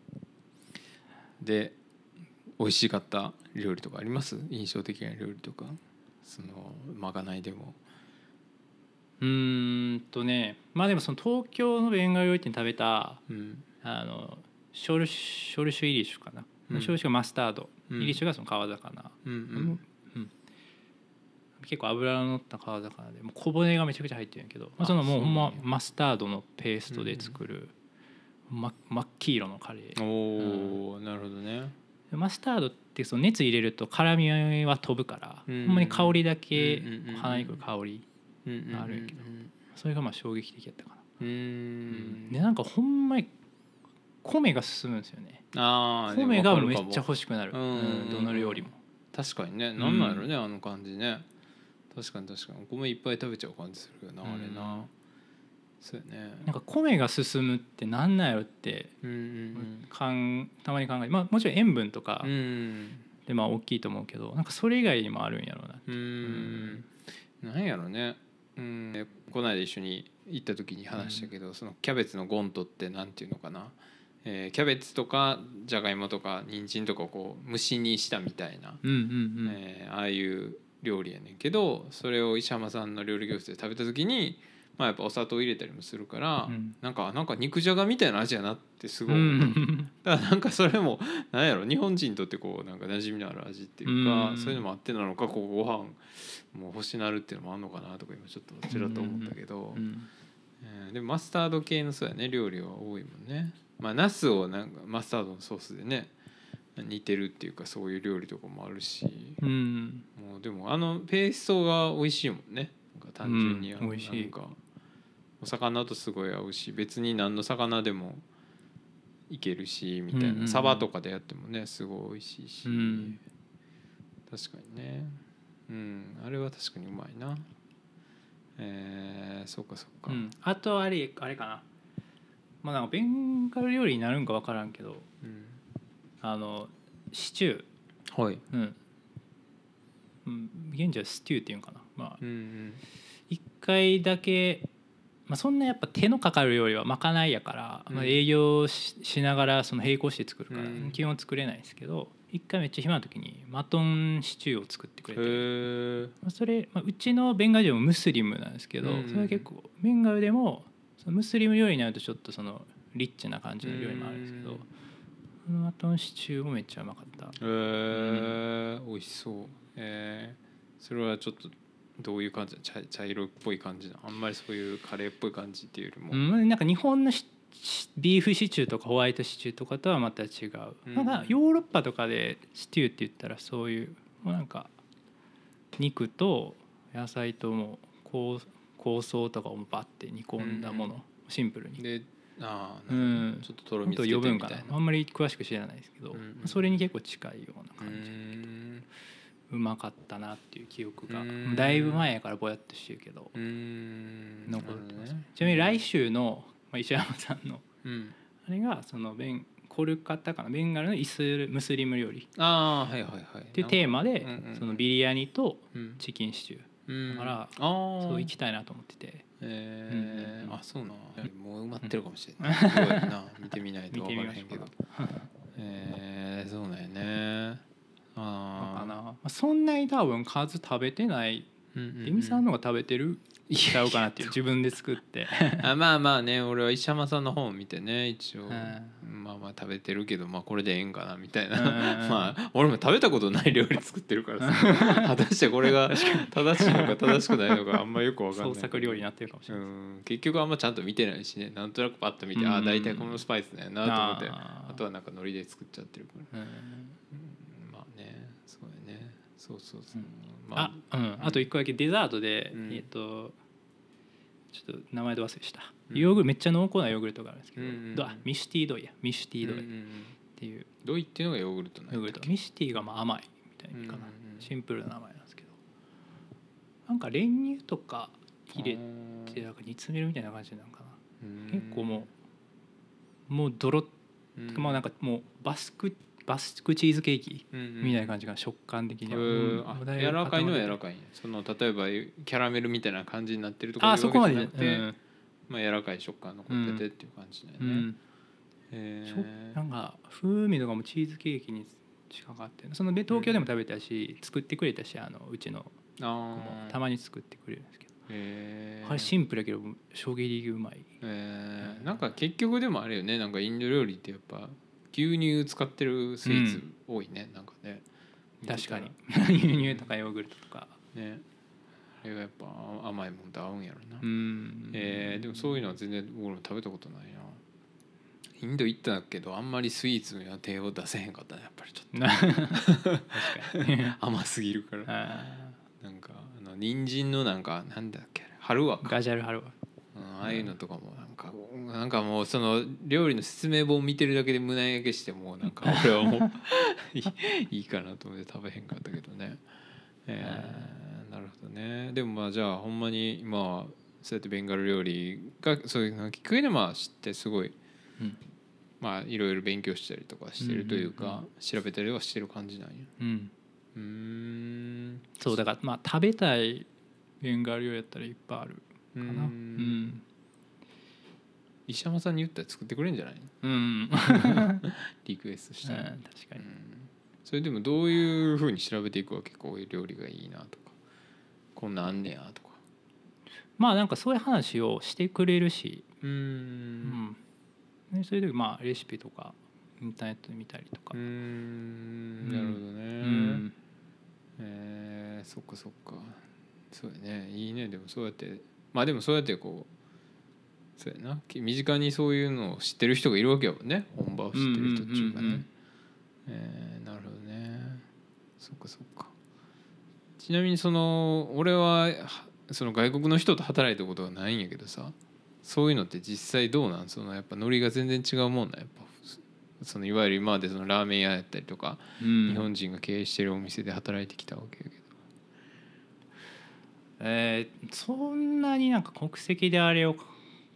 で美味しかった料理とかあります？印象的な料理とか、そのまかないでも。 まあでもその東京のベンガル料理店で食べた、ショルシュイリッシュかな、ショルシュがマスタード、イリッシュがその川魚、結構脂の乗った川魚でもう小骨がめちゃくちゃ入ってるんやけど、そのもうほんまマスタードのペーストで作る真っ黄色のカレー。 おお、なるほどね。 マスタードってその熱入れると辛みは飛ぶから、ほんまに香りだけ鼻にくる香りがあるんやけど、それがまあ衝撃的やったかな。でなんかほんまに米が進むんですよね。米がめっちゃ欲しくなる、どの料理も。 確かにね、なんなんやろね、あの感じね。確かにお米いっぱい食べちゃう感じするよな、あれな。そうやね、 なんか米が進むってなんなんやろって、たまに考え、まあもちろん塩分とかでまあ大きいと思うけど、なんかそれ以外にもあるんやろうなって。 なんやろね。この間一緒に行った時に話したけど、そのキャベツのゴントってなんていうのかな、キャベツとかじゃがいもとか人参とかをこう蒸しにしたみたいな、ああいう料理やねんけど、それを石浜さんの料理教室で食べた時に、まあ、やっぱお砂糖入れたりもするから、なんか肉じゃがみたいな味やなってすごい思った。だからなんかそれもなんやろ、日本人にとってこうなんか馴染みのある味っていうか、そういうのもあってなのか、こうご飯もう欲しなるっていうのもあるのかなとか今ちょっとちらっと思ったけど、でもマスタード系のそうやね料理は多いもんね。まあナスをなんかマスタードのソースでね似てるっていうか、そういう料理とかもあるし、もうでもあのペーストが美味しいもんね。なんか単純に美味しい。 なんかお魚とすごい合うし、別に何の魚でもいけるしみたいな、サバとかでやってもねすごい美味しいし、確かにね、あれは確かにうまいな。そうか、 あとあれかな、まあなんかベンガル料理になるんか分からんけど、シチュー、 はい、 現地はステューっていうんかな、まあ一回だけ、まあ、そんなやっぱ手のかかる料理はまかないやから、まあ、営業 しながらその並行して作るから基本作れないですけど、一回めっちゃ暇な時にマトンシチューを作ってくれて、それ、うちのベンガル人もムスリムなんですけど、それは結構ベンガルでもそのムスリム料理になるとちょっとそのリッチな感じの料理もあるんですけど、マトンシチューもめっちゃうまかった。 美味しそう。それはちょっとどういう感じ？茶色っぽい感じな、あんまりそういうカレーっぽい感じっていうよりも、 なんか日本のビーフシチューとかホワイトシチューとかとはまた違う、なんかヨーロッパとかでシチューって言ったらそういうもうなんか肉と野菜ともう香草とかをバッて煮込んだもの、シンプルにで、ちょっととろみつけてみたいな。 あんまり詳しく知らないですけど、それに結構近いような感じ。 うまかったなっていう記憶がだいぶ前やからぼやっとしてるけど残ってます、ね、ちなみに来週の石山さんの、あれがそのコルカタかな、ベンガルのムスリム料理っていうテーマでそのビリヤニとチキンシチューだからそう行きたいなと思ってて、 あそうなもう埋まってるかもしれない、すごいな見てみないと分からへんけどそうだよね。 かな、そんなに多分数食べてないデミさんの方が食べてるちゃうかなっていう自分で作ってまあまあね、俺は石山さんの本を見てね一応まあまあ食べてるけど、まあこれでええんかなみたいなまあ俺も食べたことない料理作ってるからさ果たしてこれが正しいのか正しくないのかあんまよく分かんない。 創作料理になってるかもしれない。 結局あんまちゃんと見てないしね、なんとなくパッと見て大体このスパイスだよなと思って、あとはなんか海苔で作っちゃってるから、まあねそうやね、そうあと1個だけデザートで、ちょっと名前で忘れした、ヨーグルトめっちゃ濃厚なヨーグルトがあるんですけど、ミシュティドイっていうドイっていうのがヨーグルトなんだっけ。 ヨーグルトミシュティがまあ甘いみたいなかな、シンプルな名前なんですけど、なんか練乳とか入れてなんか煮詰めるみたいな感じなのかな。結構もうドロッ、まあなんかもうバスクチーズケーキみたいな感じが食感的には、 柔らかいのは柔らかいんや。その例えばキャラメルみたいな感じになってるところそこまでじゃなくて、まあ柔らかい食感残っててっていう感じだよね。 なんか風味とかもチーズケーキに近かったよね。その東京でも食べたし、作ってくれたし、うちの子もたまに作ってくれるんですけど、あれシンプルだけど衝撃的うまい。 なんか結局でもあれよね、なんかインド料理ってやっぱ牛乳使ってるスイーツ多いね、なんかね。 確かに牛乳とかヨーグルトとかね、あれがやっぱ甘いもんと合うんやろな。でもそういうのは全然僕も食べたことないな。インド行ったけどあんまりスイーツには手を出せへんかったね、やっぱりちょっと確かに甘すぎるから。なんか人参のなんだっけ、ハルワか、 ガジャルハルワ、 ああいうのとかもなんかもうその料理の説明本見てるだけで胸焼けして、もうなんか俺はもういいかなと思って食べへんかったけどね。なるほどね。でもまあじゃあほんまにまあそうやってベンガル料理がそういうのきっかけでまあ知ってすごい、まあいろいろ勉強したりとかしてるというか、調べたりはしてる感じなんや。 そうだからまあ食べたいベンガル料理やったらいっぱいあるかな。 石山さんに言ったら作ってくれるんじゃないの？リクエストしたら、 確かに。 それでもどういうふうに調べていくわけ？こういう料理がいいなとか、こんなんあんねやとか。 まあなんかそういう話をしてくれるし、そういう時まあレシピとかインターネットで見たりとか。 なるほどね。そっかそうやね、いいね。でもそうやってまあでもそうやってこうそうやな、身近にそういうのを知ってる人がいるわけやもんね、本場を知ってる人っていうかね。なるほどね。そっか。ちなみに俺はその外国の人と働いたことがないんやけどさ、そういうのって実際どうなん？やっぱノリが全然違うもんなん？やっぱいわゆる今までそのラーメン屋やったりとか、日本人が経営してるお店で働いてきたわけやけど、 そんなになんか国籍であれを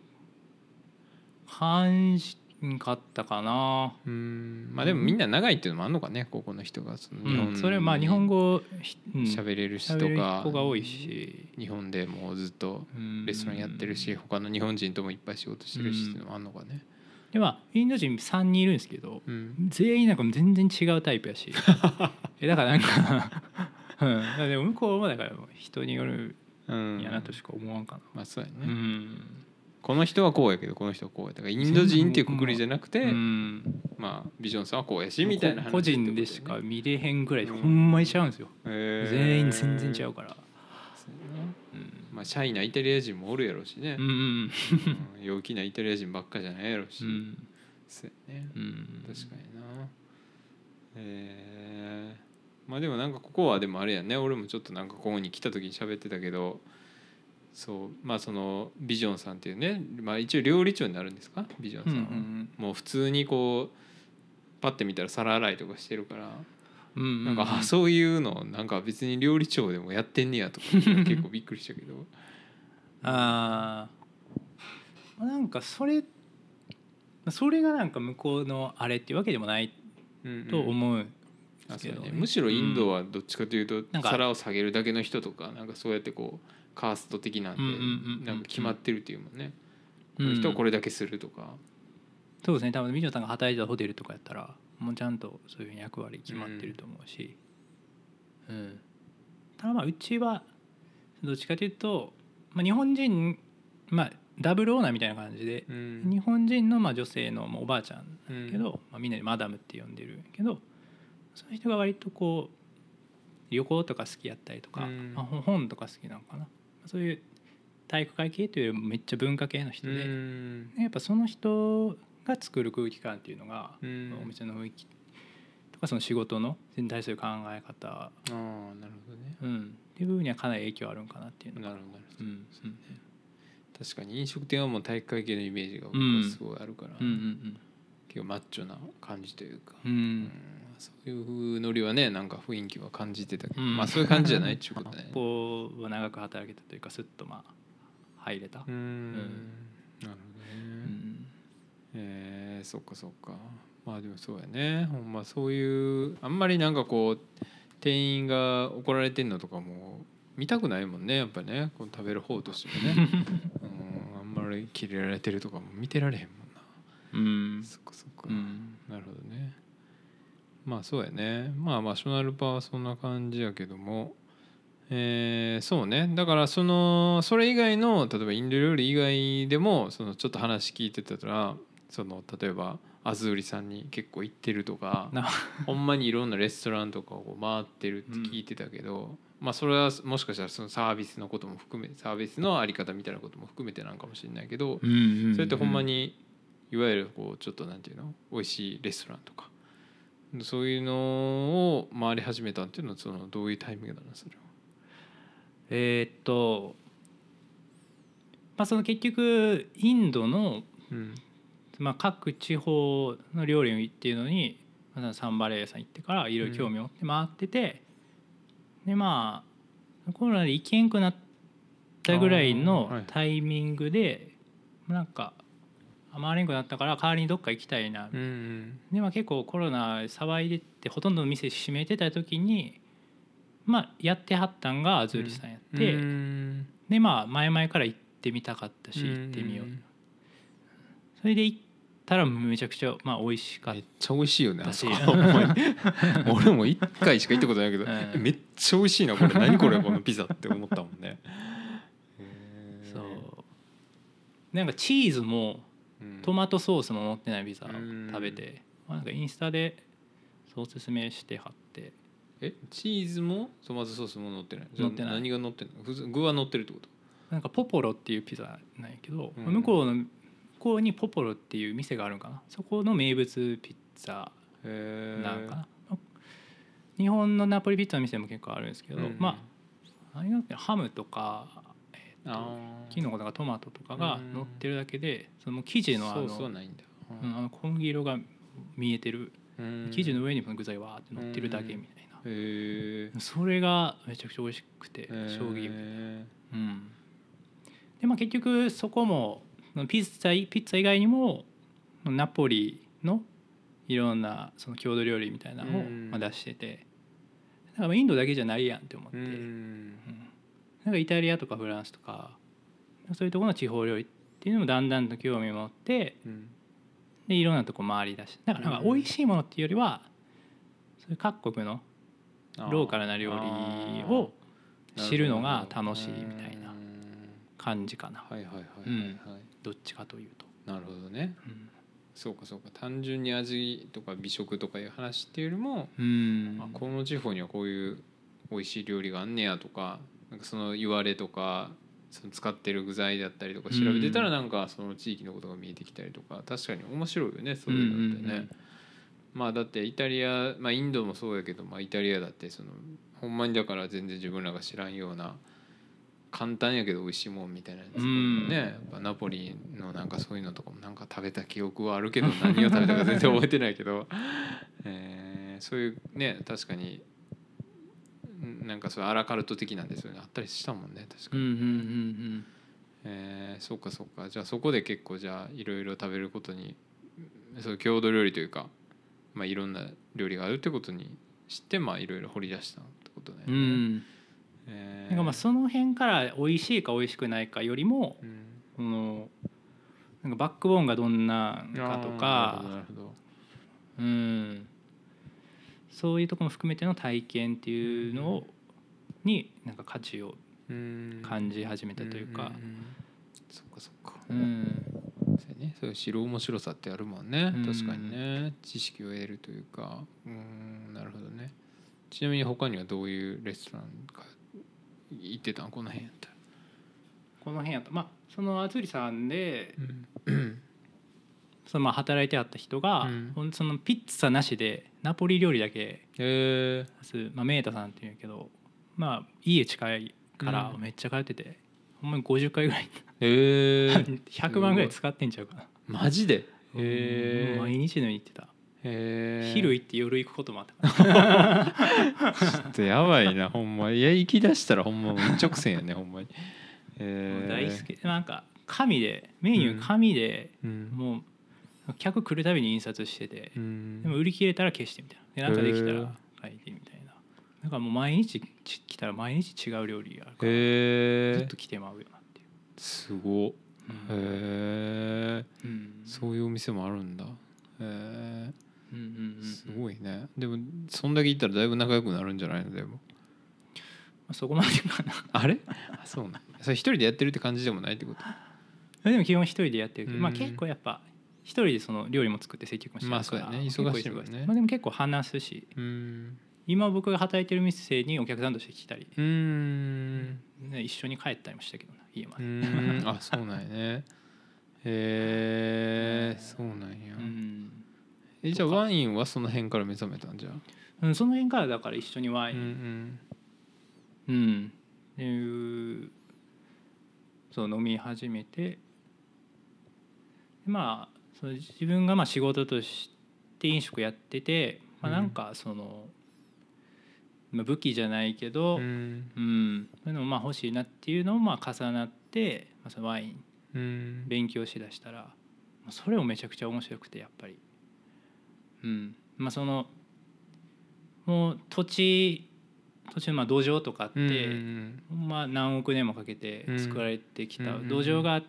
感じんかったかな。 まあでもみんな長いっていうのもあるのかね、ここの人がその日本それはまあ日本語喋れる人とか子が多いし、 日本でもうずっとレストランやってるし、他の日本人ともいっぱい仕事してるしっていうのもあるのかね。 でまあインド人3人いるんですけど、全員なんか全然違うタイプやしだからなんかでも向こうもだから人によるんやなとしか思わんかな。 まあそうやね。この人はこうやけどこの人はこうや、だからインド人っていうくくりじゃなくて、まあビジョンさんはこうやしみたいな話、 個人でしか見れへんぐらいほんまにちゃうんですよ。全員全然違うから。 まあシャイなイタリア人もおるやろうしね、陽気なイタリア人ばっかじゃないやろうし、そうやね、確かにな。まあでもなんかここはでもあれやね、俺もちょっとなんかここに来た時に喋ってたけど、そうまあそのビジョンさんっていうね、まあ一応料理長になるんですか、ビジョンさんは。もう普通にこうパッて見たら皿洗いとかしてるから、 なんかそういうのなんか別に料理長でもやってんねやとか結構びっくりしたけどなんかそれがなんか向こうのあれっていうわけでもないと思うんですけど、 むしろインドはどっちかというと皿を下げるだけの人とかなんかそうやってこうカースト的なんでなんか決まってるっていうもんね。この人はこれだけするとか。 そうですね。多分美女さんが働いてたホテルとかやったらもうちゃんとそういう役割決まってると思うし、ただまあうちはどっちかというと、日本人ダブルオーナーみたいな感じで、日本人の女性のおばあちゃんなんだけど、みんなでマダムって呼んでるけど、そういう人が割とこう旅行とか好きやったりとか、本とか好きなのかな、そういう体育会系というよりもめっちゃ文化系の人で、やっぱその人が作る空気感っていうのが、お店の雰囲気とかその仕事の全体そういう考え方、 なるほどね、 っていう部分にはかなり影響あるんかなっていうのが。 なるほど、確かに飲食店はもう体育会系のイメージが僕はすごいあるから、結構マッチョな感じというか、そういうノリはねなんか雰囲気は感じてたけど、そういう感じじゃないっていうことね。 ここは長く働けたというかスッと入れた。 なるほどね。そっかそっか。でもそうやね。ほんまそういうあんまりなんかこう店員が怒られてんのとかも見たくないもんねやっぱね、こう食べる方としてもねあんまりキレられてるとかも見てられへんもんな。そっかそっか、なるほどね。そうやね。ショナルパはそんな感じやけども、そうね。だからそれ以外の例えばインド料理以外でもちょっと話聞いてたら例えばアズーリさんに結構行ってるとかほんまにいろんなレストランとかを回ってるって聞いてたけど、それはもしかしたらそのサービスのことも含めサービスのあり方みたいなことも含めてなんかもしれないけど、それってほんまにいわゆるこうちょっとなんていうの美味しいレストランとかそういうのを回り始めたっていうのはどういうタイミングなのそれは。 その結局インドの、各地方の料理っていうのにサンバレー屋さん行ってからいろいろ興味を持って回ってて、でコロナで行けんくなったぐらいのタイミングで、なんか回れんくなったから代わりにどっか行きたいな、で結構コロナ騒いでってほとんどの店閉めてた時にやってはったんがアズーリさんやって、で前々から行ってみたかったし行ってみよう、それで行ったらめちゃくちゃ美味しかった。 めっちゃ美味しいよねあそこ俺も1回しか行ったことないけど、めっちゃ美味しいなこれ何これこのピザって思ったもんね。 そうなんかチーズもトマトソースも乗ってないピザを食べて、なんかインスタでおすすめしてはって。 チーズもトマトソースも乗ってない。じゃあ何が乗ってるの？普通具は乗ってるってこと？ なんかポポロっていうピザなんやけど、向こうにポポロっていう店があるんかな、そこの名物ピッツァなんかな。日本のナポリピッツァの店も結構あるんですけど、何がハムとかキノコとかトマトとかが乗ってるだけで、その生地の小麦色が見えてる、生地の上に具材わーって乗ってるだけみたいな、それがめちゃくちゃ美味しくて衝撃、で結局そこもピッツァ以外にもナポリのいろんなその郷土料理みたいなのを出してて、だからインドだけじゃないやんって思って、なんかイタリアとかフランスとかそういうところの地方料理っていうのもだんだんと興味を持って、でいろんなとこ回りだし、だからなんか美味しいものっていうよりはそういう各国のローカルな料理を知るのが楽しいみたいな感じかな。どっちかというと。 なるほどね。そうかそうか。単純に味とか美食とかいう話っていうよりも、この地方にはこういう美味しい料理があんねやとか、なんかその言われとかその使ってる具材だったりとか調べてたらなんかその地域のことが見えてきたりとか、確かに面白いよねそういうのってね。だってイタリア、インドもそうやけど、イタリアだってほんまにだから全然自分らが知らんような簡単やけど美味しいもんみたいなやつね、やっぱナポリのなんかそういうのとかもなんか食べた記憶はあるけど何を食べたか全然覚えてないけどそういうね確かになんかそういうアラカルト的なんですよねあったりしたもんね確かに。そうかそうか。じゃあそこで結構じゃあいろいろ食べることにそういう郷土料理というか、まあ、いろんな料理があるってことに知ってまあいろいろ掘り出したってことだよね。 なんかまあその辺から美味しいか美味しくないかよりも、なんかバックボーンがどんなかとか、 なるほどそういうところも含めての体験っていうのをになんか価値を感じ始めたというか。 そっかそっか。そうね、そういう知る面白さってあるもんね。確かにね、知識を得るというか。なるほどね。ちなみに他にはどういうレストランか行ってたのこの辺やったら。 この辺やったまあそのあつりさんで、そのまあ働いてあった人が、そのピッツァなしでナポリ料理だけ、まあ、メータさんっていうんやけど、まあ家近いからめっちゃ通ってて、ほんまに50回ぐらい100万ぐらい使ってんちゃうかな。 マジで？ 毎日のように行ってた。昼行って夜行くこともあったちょっとやばいなほんま。いや行きだしたらほんま一直線やねほんまに。 大好き。なんか紙でメニュー紙で、もう客来るたびに印刷してて、でも売り切れたら消してみたいな。でなんかできたら書いてみたいな。なんかもう毎日来たら毎日違う料理があるから、ずっと来てまうよなっていう。 すごっ。そういうお店もあるんだ。すごいね。でもそんだけ行ったらだいぶ仲良くなるんじゃないのでも。 そこまでかな。 あれ？そうなん。それ一人でやってるって感じでもないってこと？ でも基本一人でやってるけど、まあ結構やっぱ一人でその料理も作って接客もしてるから、 まあそうやね、忙しいもんね。 まあでも結構話すし、今僕が働いてる店にお客さんとして来たり、ね、一緒に帰ったりもしたけどな家まで。 あ、そうなんやね。そうなんや。じゃあワインはその辺から目覚めたんじゃ？ その辺からだから一緒にワインっていうそう飲み始めて、まあその自分がまあ仕事として飲食やってて、まあ、なんかその、武器じゃないけど、そういうのもまあ欲しいなっていうのもまあ重なって、まあ、そのワイン勉強しだしたら、それもめちゃくちゃ面白くてやっぱり、まあそのもう土地のまあ土壌とかって、まあ何億年もかけて作られてきた土壌があって、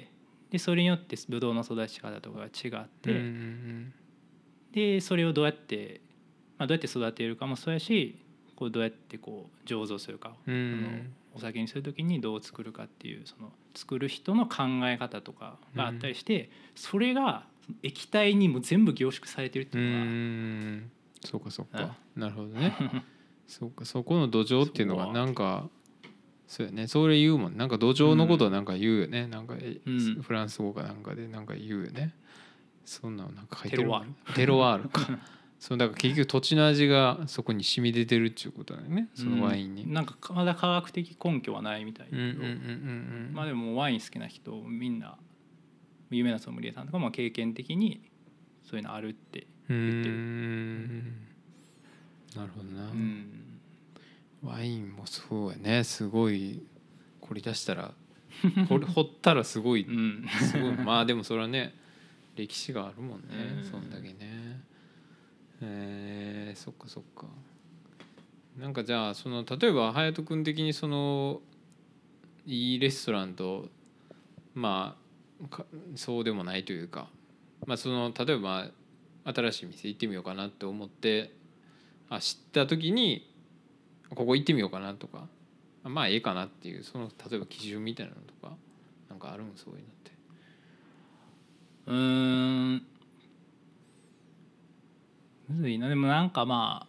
でそれによってブドウの育ち方とかが違って、でそれをどうやって、まあ、どうやって育てるかもそうやし、こうどうやってこう醸造するか、お酒にする時にどう作るかっていうその作る人の考え方とかがあったりして、それが液体にも全部凝縮されてるっていうのが、 そうかそうか、なるほどね。そうか、そこの土壌っていうのがなんかそうやね、それ言うもん。なんか土壌のことはなんか言うよね。なんかフランス語かなんかでなんか言うよね。そんなのなんか書いてる。テロワールか。そうだから結局土地の味がそこに染み出てるっていうことだよね。そのワインに。 なんかまだ科学的根拠はないみたいだけど、まあでもワイン好きな人みんな有名なソムリエさんとかも経験的にそういうのあるって言ってる。 なるほどな。ワインもそうやね。すごい凝り出したら掘ったらすごい、すごい。まあでもそれはね歴史があるもんね。そんだけね。そっかそっか。なんかじゃあその例えば隼人君的にそのいいレストランとまあそうでもないというか、まあその例えば新しい店行ってみようかなって思って知った時にここ行ってみようかなとか、まあええかなっていうその例えば基準みたいなのとかなんかあるんそういうのって。 むずいな。でもなんかま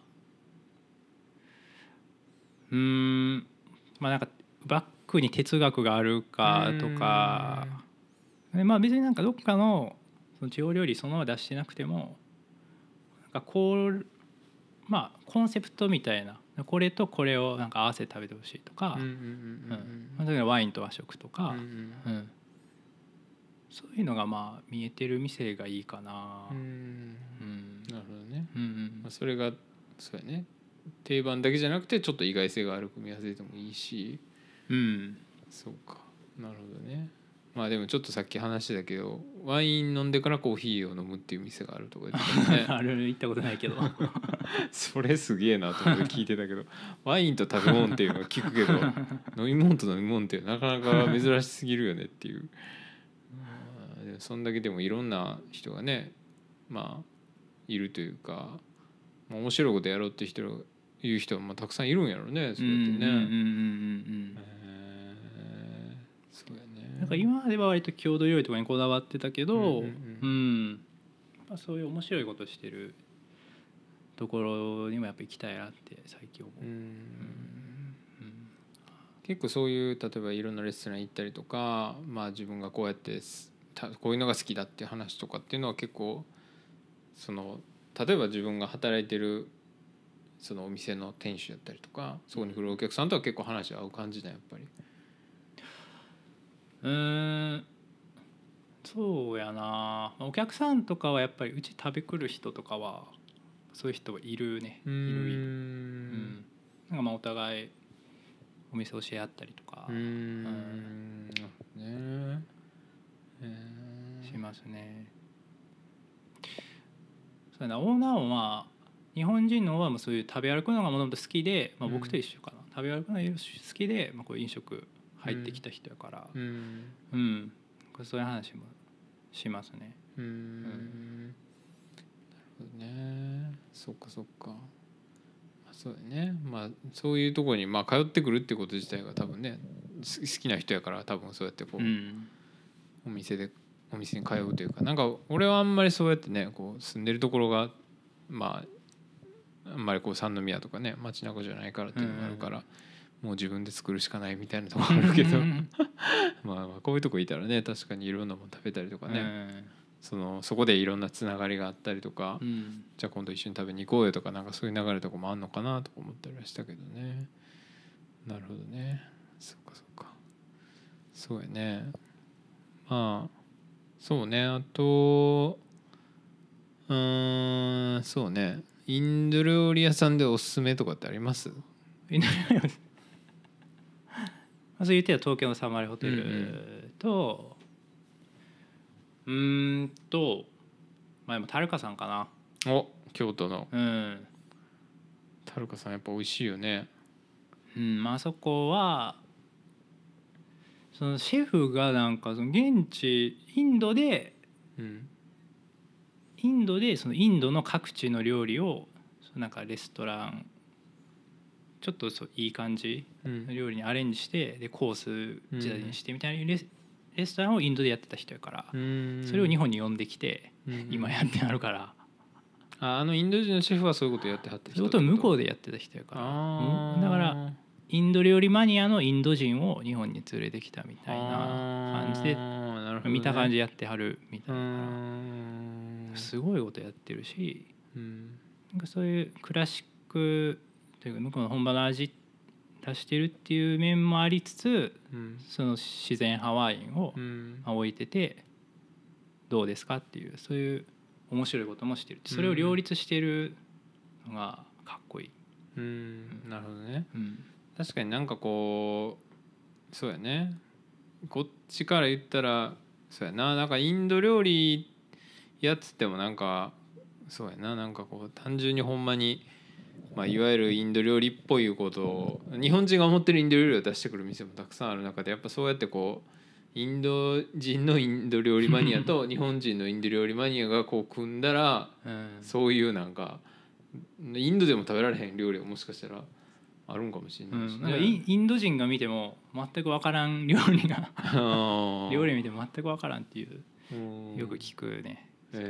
あまあなんかバックに哲学があるかとかで、まあ別になんかどっかのその地方料理そのまま出してなくてもなんかこうまあコンセプトみたいな、これとこれをなんか合わせて食べてほしいとか、ワインと和食とか、そういうのがまあ見えてる店がいいかな。 なるほどね。それがそうやね、定番だけじゃなくてちょっと意外性がある組み合わせでもいいし、そうか、なるほどね。まあでもちょっとさっき話してたけど、ワイン飲んでからコーヒーを飲むっていう店があるとか言ってたねある、行ったことないけどそれすげえなと思って聞いてたけどワインと食べ物っていうのは聞くけど飲み物と飲み物ってなかなか珍しすぎるよねっていう。でもそんだけでもいろんな人がね、まあいるというか、面白いことやろうっていう人はまあたくさんいるんやろうね、そうやってね。そうやね。 なんか今までは割と郷土料理とかにこだわってたけど、そういう面白いことしてるところにもやっぱ行きたいなって最近思う。 結構そういう例えばいろんなレストラン行ったりとか、まあ自分がこうやってこういうのが好きだっていう話とかっていうのは結構その例えば自分が働いてるそのお店の店主だったりとか、そこに来るお客さんとは結構話合う感じだやっぱり。 そうやな、お客さんとかはやっぱりうち食べ来る人とかはそういう人はいるね。いる。なんかまあお互いお店をシェアったりとかしますね。そうやな、オーナーもまあ日本人のオーナーもそういう食べ歩くのがもともと好きで、まあ、僕と一緒かな、食べ歩くのが好きで、まあ、こういう飲食入ってきた人やから、そういう話もしますね。 なるほどね。そっかそっか。そうだね。まあそういうところにまあ通ってくるってこと自体が多分ね好きな人やから、多分そうやってこう、お店に通うというか、なんか俺はあんまりそうやってねこう住んでるところがまああんまりこう三宮とかね街中じゃないからっていうのがあるから、もう自分で作るしかないみたいなところあるけどまあこういうとこいたらね確かにいろんなもの食べたりとかね、そこでいろんなつながりがあったりとか、じゃあ今度一緒に食べに行こうよとか、なんかそういう流れとかもあんのかなとか思ったりはしたけどね。なるほどね。そっかそっか。そうやね。まあそうね、あとそうね、インド料理屋さんでおすすめとかってあります？ インド料理まず言ってた東京のサンマリホテルと、前もタルカさんかな。お、京都のタルカさんやっぱ美味しいよね。 まあそこはそのシェフがなんかその現地インドでそのインドの各地の料理をなんかレストランちょっといい感じの料理にアレンジして、でコース仕立てにしてみたいなレストランをインドでやってた人やから、それを日本に呼んできて今やってあるから。 あのインド人のシェフはそういうことやってはった人ってこと？ そういうことを向こうでやってた人やから、だからインド料理マニアのインド人を日本に連れてきたみたいな感じで、見た感じやってはるみたいなから、すごいことやってるし、なんかそういうクラシックというか向こうの本場の味出してるっていう面もありつつ、その自然派ワインを置いててどうですかっていう、そういう面白いこともしてる、それを両立してるのがかっこいい。 なるほどね。確かになんかこうそうやね、こっちから言ったらそうやな、なんかインド料理やっつってもなんかそうやな、なんかこう単純にほんまに、まあ、いわゆるインド料理っぽいことを日本人が思ってるインド料理を出してくる店もたくさんある中で、やっぱそうやってこうインド人のインド料理マニアと日本人のインド料理マニアがこう組んだら、そういうなんかインドでも食べられへん料理がもしかしたらあるんかもしれないしね。 なんかインド人が見ても全く分からん料理が料理見ても全く分からんっていうよく聞くね。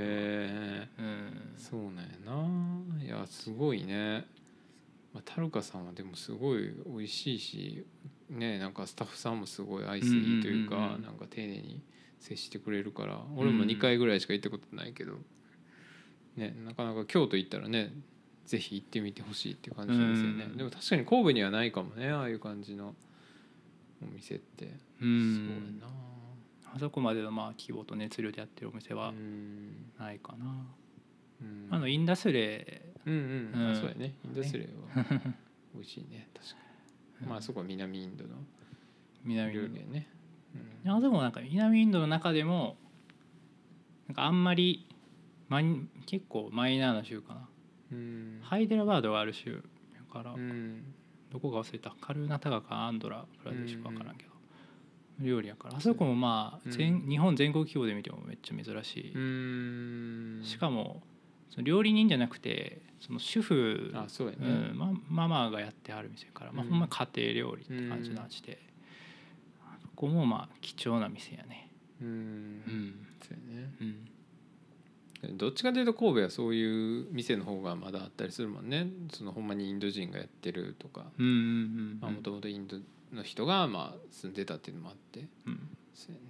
そうなんやな。いやすごいね。タルカさんはでもすごい美味しいしね、なんかスタッフさんもすごい愛想いいというか、なんか丁寧に接してくれるから、俺も2回ぐらいしか行ったことないけどね、なかなか京都行ったらねぜひ行ってみてほしいっていう感じなんですよね。でも確かに神戸にはないかもね、ああいう感じのお店って。そうやな、 あそこまでのまあ規模と熱量でやってるお店はないかな。 インダスレー、そうやね、インダスレーは美味しいね、確かに。まあそこは南インドの料理やね。 でもなんか南インドの中でもなんかあんまり結構マイナーな州かな。ハイデラバードがある州やから、どこか忘れた、カルナタカかアンドラプラデシュか分からんけど、料理やから、あそこもまあ日本全国規模で見てもめっちゃ珍しい。しかもその料理人じゃなくてその主婦、ママがやってはる店から、まあ、ほんま家庭料理って感じの味で、そこもまあ貴重な店やね。そうやね。どっちかというと神戸はそういう店の方がまだあったりするもんね。そのほんまにインド人がやってるとか、もともとインドの人がまあ住んでたっていうのもあって、そうや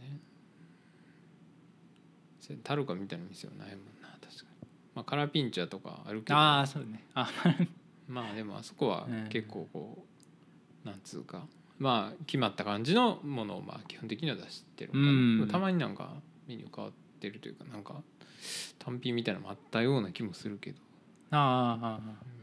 ね。タルカみたいな店はないもんな、確かに。まあカラピンチャとかあるけど、 そうね。 まあでもあそこは結構こうなんつうか、まあ決まった感じのものをまあ基本的には出してるから、たまになんかメニュー変わってるというか、なんか単品みたいなのもあったような気もするけど。 カ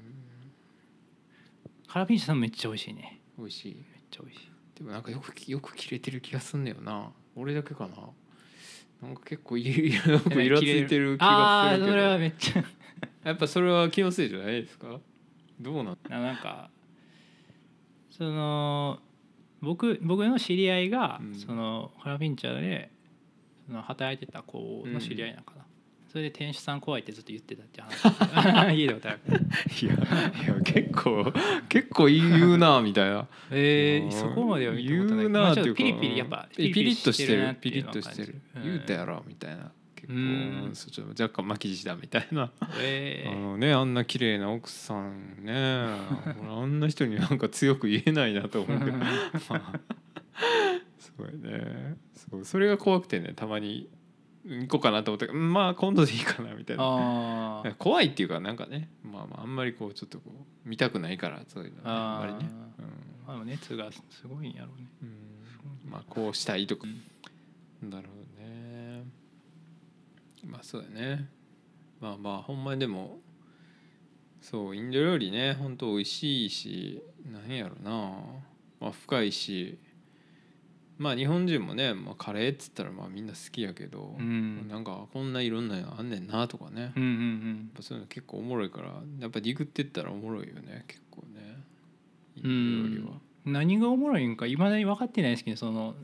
ラピンチャさんめっちゃ美味しいね。 美味しい。 めっちゃ美味しい。 でもなんかよく切れてる気がすんねよな。俺だけかな。なんか結構イラついてる気がするけど。 それはめっちゃやっぱそれは気のせいじゃないですか。どうなんかその僕の知り合いが、そのカラピンチャでその働いてた子の知り合いなのかな。それで店主さん怖いってずっと言ってたって話聞いたことある。 いや結構言うなみたいな。 そこまでは見たことない。 言うなっていうか、 ピリピリやっぱピリッとしてる。 ピリッとしてる。 言うたやろみたいな。結構若干巻き舌みたいな。あんな綺麗な奥さんね、あんな人になんか強く言えないなと思うけど。すごいね。それが怖くてね、たまに行こうかなと思ったけど、まあ今度でいいかなみたいな。怖いっていうかなんかね、まああんまりこうちょっとこう見たくないから、そういうのあんまりね。 まあ熱がすごいんやろうね。 まあこうしたいとか。なるほどね。まあそうだね。まあほんまにでもそうインド料理ね、本当美味しいし、なんやろな、まあ深いし。まあ日本人もね、カレーっつったらまあみんな好きやけど、なんかこんないろんなのあんねんなとかね、やっぱそういうの結構おもろいから、やっぱディグってったらおもろいよね、結構ね、インド料理は。 何がおもろいんかいまだに分かってないですけど、その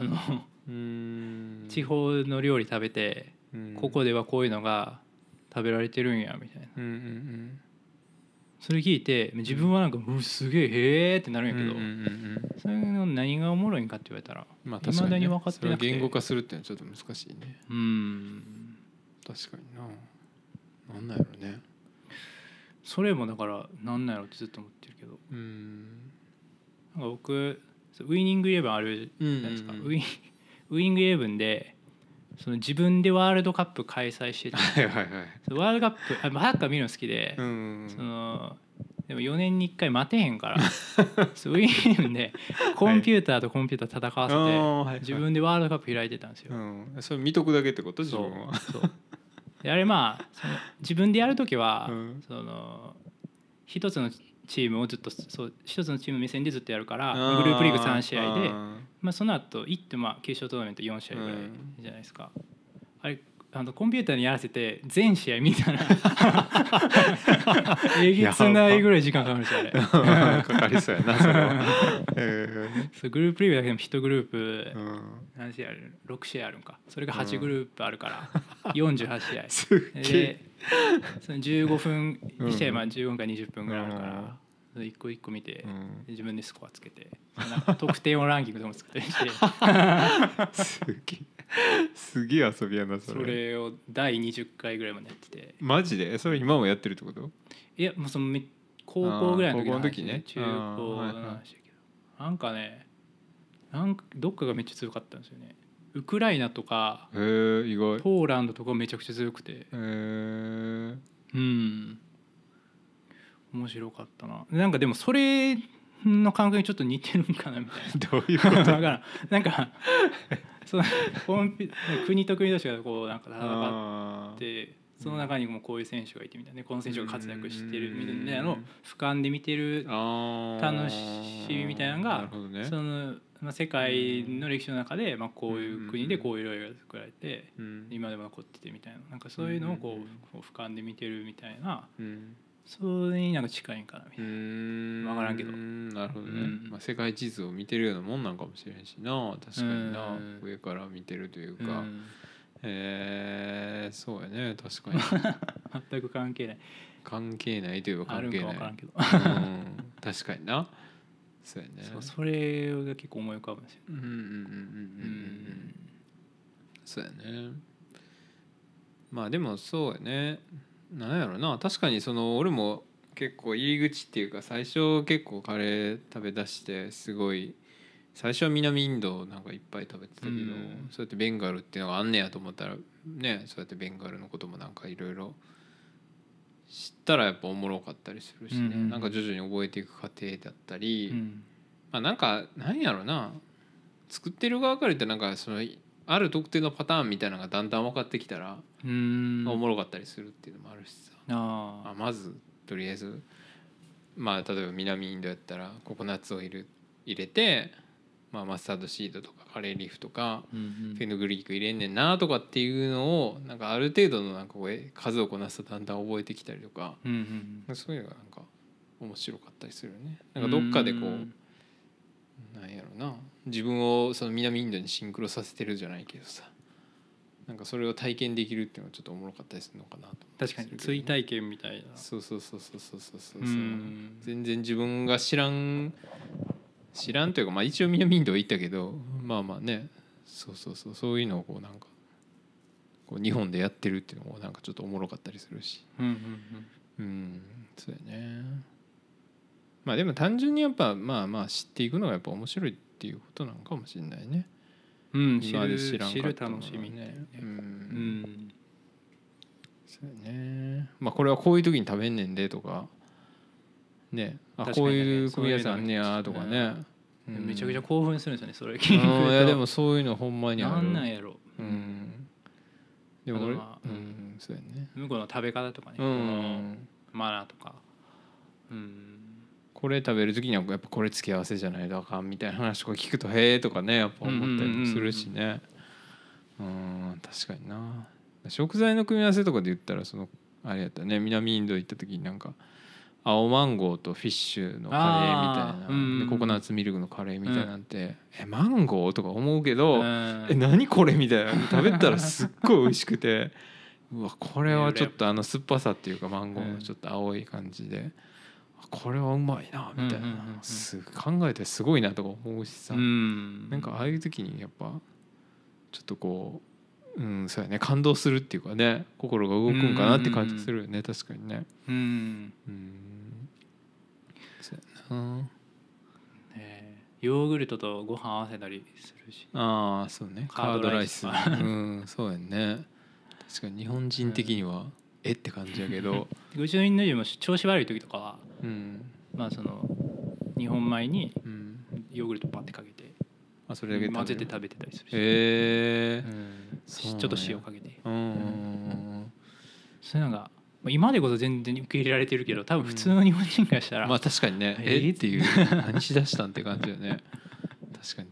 地方の料理食べて、ここではこういうのが食べられてるんやみたいな、それ聞いて自分はなんかすげえへーってなるんやけど、それの何がおもろいんかって言われたらいまだに分かってなくて、 言語化するっていうのはちょっと難しいね。確かにな。なんなんやろね。 それもだからなんなんやろってずっと思ってるけど、なんか僕ウイニングイレブンあるじゃないですか。ウイニングイレブンでその自分でワールドカップ開催してて、ワールドカップサッカー見るの好きで、そのでも4年に1回待てへんからウィーンイレブンでコンピューターとコンピューター戦わせて自分でワールドカップ開いてたんですよ。 それ見とくだけってこと？自分は。 であれまあその自分でやるときは、その一つのチームをずっと一つのチーム目線でずっとやるから、グループリーグ3試合で、まあ、その後行って決勝トーナメント4試合ぐらいじゃないですか。あれコンピューターにやらせて全試合見たらえげつないぐらい時間かかるんですよあれ。 かかりそうやなそれは。 そうグループリーグだけでも1グループ何試合ある？6試合あるんか。それが8グループあるから48試合で、その15分1試合15分か20分ぐらいあるから、一個一個見て自分でスコアつけて、なんか得点をランキングでも作ったりしてすげえ遊びやなそれ。 それを第20回ぐらいまでやってて。 マジで？それ今もやってるってこと？ いやもうその高校ぐらいの時ね。 中高の話だけど、なんかね、どっかがめっちゃ強かったんですよね。ウクライナとか意外ポーランドとかめちゃくちゃ強くて、面白かったな。なんかでもそれの感覚にちょっと似てるんかなみたいな。 どういうこと？だからなんかその国と国同士がこうなんか戦ってその中にもこういう選手がいてみたいな、この選手が活躍してるみたいなのを俯瞰で見てる楽しみみたいなのが、その世界の歴史の中でこういう国でこういう料理が作られて今でも残っててみたいな、なんかそういうのをこう俯瞰で見てるみたいな、それになんか近いんかなみたいな、分からんけど。 なるほどね、世界地図を見てるようなもんなんかもしれんしな、確かにな、上から見てるというか、そうやね、確かに全く関係ないといえば関係ない、 あるんか分からんけど確かにな、そうやね、 それが結構思い浮かぶんですよ。 そうやね。まあでもそうやね、なんやろな、確かにその俺も結構入り口っていうか、最初結構カレー食べ出してすごい、最初は南インドなんかいっぱい食べてたけど、そうやってベンガルっていうのがあんねやと思ったらね、そうやってベンガルのこともなんかいろいろ知ったらやっぱおもろかったりするしね、なんか徐々に覚えていく過程だったり、まあなんかなんやろな、作ってる側から言ったらなんかそのある特定のパターンみたいなのがだんだん分かってきたらおもろかったりするっていうのもあるしさ、まずとりあえずまあ例えば南インドやったらココナッツオイル入れて、マスタードシードとかカレーリーフとかフェヌグリーク入れんねんなとかっていうのをなんかある程度のなんか数をこなすとだんだん覚えてきたりとか、そういうのがなんか面白かったりするよね。なんかどっかでこうなんやろな、自分をその南インドにシンクロさせてるじゃないけどさ、なんかそれを体験できるっていうのはちょっとおもろかったりするのかなと、 確かに追体験みたいな。 そう全然自分が知らんというか、一応南インドは行ったけど、まあね、そういうのをこうなんかこう日本でやってるっていうのもなんかちょっとおもろかったりするし、そうやね。まあでも単純にやっぱ知っていくのがやっぱ面白いっていうことなのかもしれないね。 今まで知らんかったのはね。知る楽しみね。 そうやね。これはこういう時に食べんねんでとかね、こういう組み合わせあんねやとかね、 めちゃくちゃ興奮するんですよね、それ聞いて。いやでもそういうのほんまにある。 なんなんやろ。 でも俺そうやね、 向こうの食べ方とかね、マナーとか、 これ食べる時にはやっぱこれ付け合わせじゃないとあかんみたいな話とか聞くとへえとかね、やっぱ思ったりもするしね。確かにな。食材の組み合わせとかで言ったらそのあれやったね、南インド行った時になんか青マンゴーとフィッシュのカレーみたいな、でココナッツミルクのカレーみたいなんて、マンゴーとか思うけど、何これみたいな、食べたらすっごい美味しくてうわこれはちょっと酸っぱさっていうかマンゴーのちょっと青い感じで、これはうまいなみたいな、考えてすごいなとか思うしさ、なんかああいう時にやっぱちょっとこうそうやね、感動するっていうかね、心が動くんかなって感じするよね、確かにね。そうやな。 ヨーグルトとご飯合わせたりするし。 そうね、カードライスそうやね。確かに日本人的にはって感じやけどうちのインド人も調子悪い時とかは、その日本米にヨーグルトパッてかけて、 それだけ混ぜて食べてたりするし、ちょっと塩かけて、そういうのが今でこそ全然受け入れられてるけど、多分普通の日本人からしたら、 確かにね、っていう何しだしたんって感じよね。確かに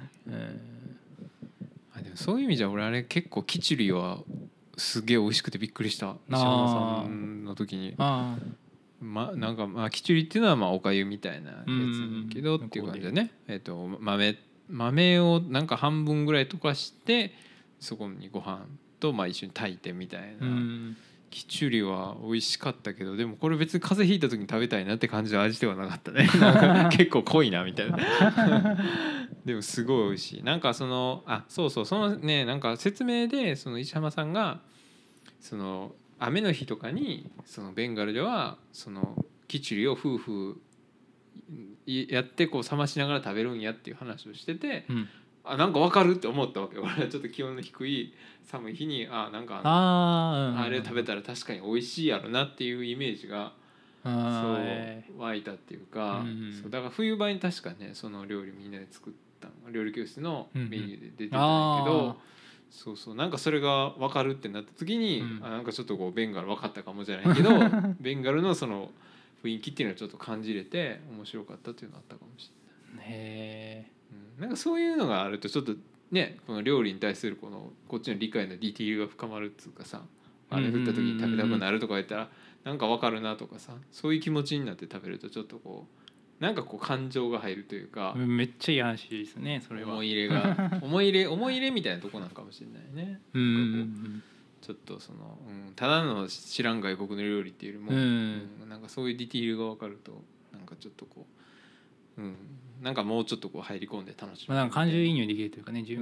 でもそういう意味じゃ俺あれ結構キチュリはすげえ美味しくてびっくりした、石山さんの時に。なんかキチュリっていうのはおかゆみたいなやつだけどっていう感じでね、豆をなんか半分ぐらい溶かしてそこにご飯と一緒に炊いてみたいな、キチュリは美味しかったけど、でもこれ別に風邪ひいた時に食べたいなって感じの味ではなかったね。なんか結構濃いなみたいな。でもすごい美味しい。なんかそのそのね、なんか説明でその石浜さんがその雨の日とかにそのベンガルではそのキチュリを夫婦やってこう冷ましながら食べるんやっていう話をしてて、なんか分かるって思ったわけ。俺はちょっと気温の低い寒い日になんかあれ食べたら確かに美味しいやろなっていうイメージがそう湧いたっていうか、そうだから冬場に確かねその料理みんなで作った料理教室のメニューで出てたんやけど、 そうそう、なんかそれが分かるってなった時に、なんかちょっとこうベンガル分かったかもじゃないけどベンガルのその雰囲気っていうのはちょっと感じれて面白かったっていうのがあったかもしれない。 へえ、なんかそういうのがあるとちょっとね、この料理に対するこっちの理解のディティールが深まるっていうかさ、雨降った時に食べたくなるとか言ったらなんか分かるなとかさ、そういう気持ちになって食べるとちょっとこうなんかこう感情が入るというか、 めっちゃいい話ですねそれは。 思い入れが思い入れみたいなとこなんかもしれないね。ちょっとその、ただの知らん外国の料理っていうよりも、なんかそういうディティールが分かるとなんかちょっとこう、なんかもうちょっとこう入り込んで楽しむ、 なんか感情移入できるというかねそうや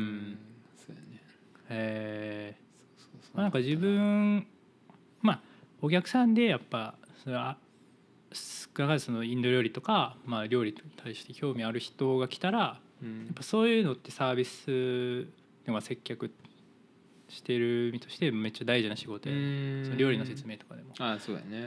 ね。 なんか自分お客さんでやっぱそのインド料理とか、料理に対して興味ある人が来たら、やっぱそういうのってサービスで接客してる身としてめっちゃ大事な仕事や、その料理の説明とかでも。 そうやね。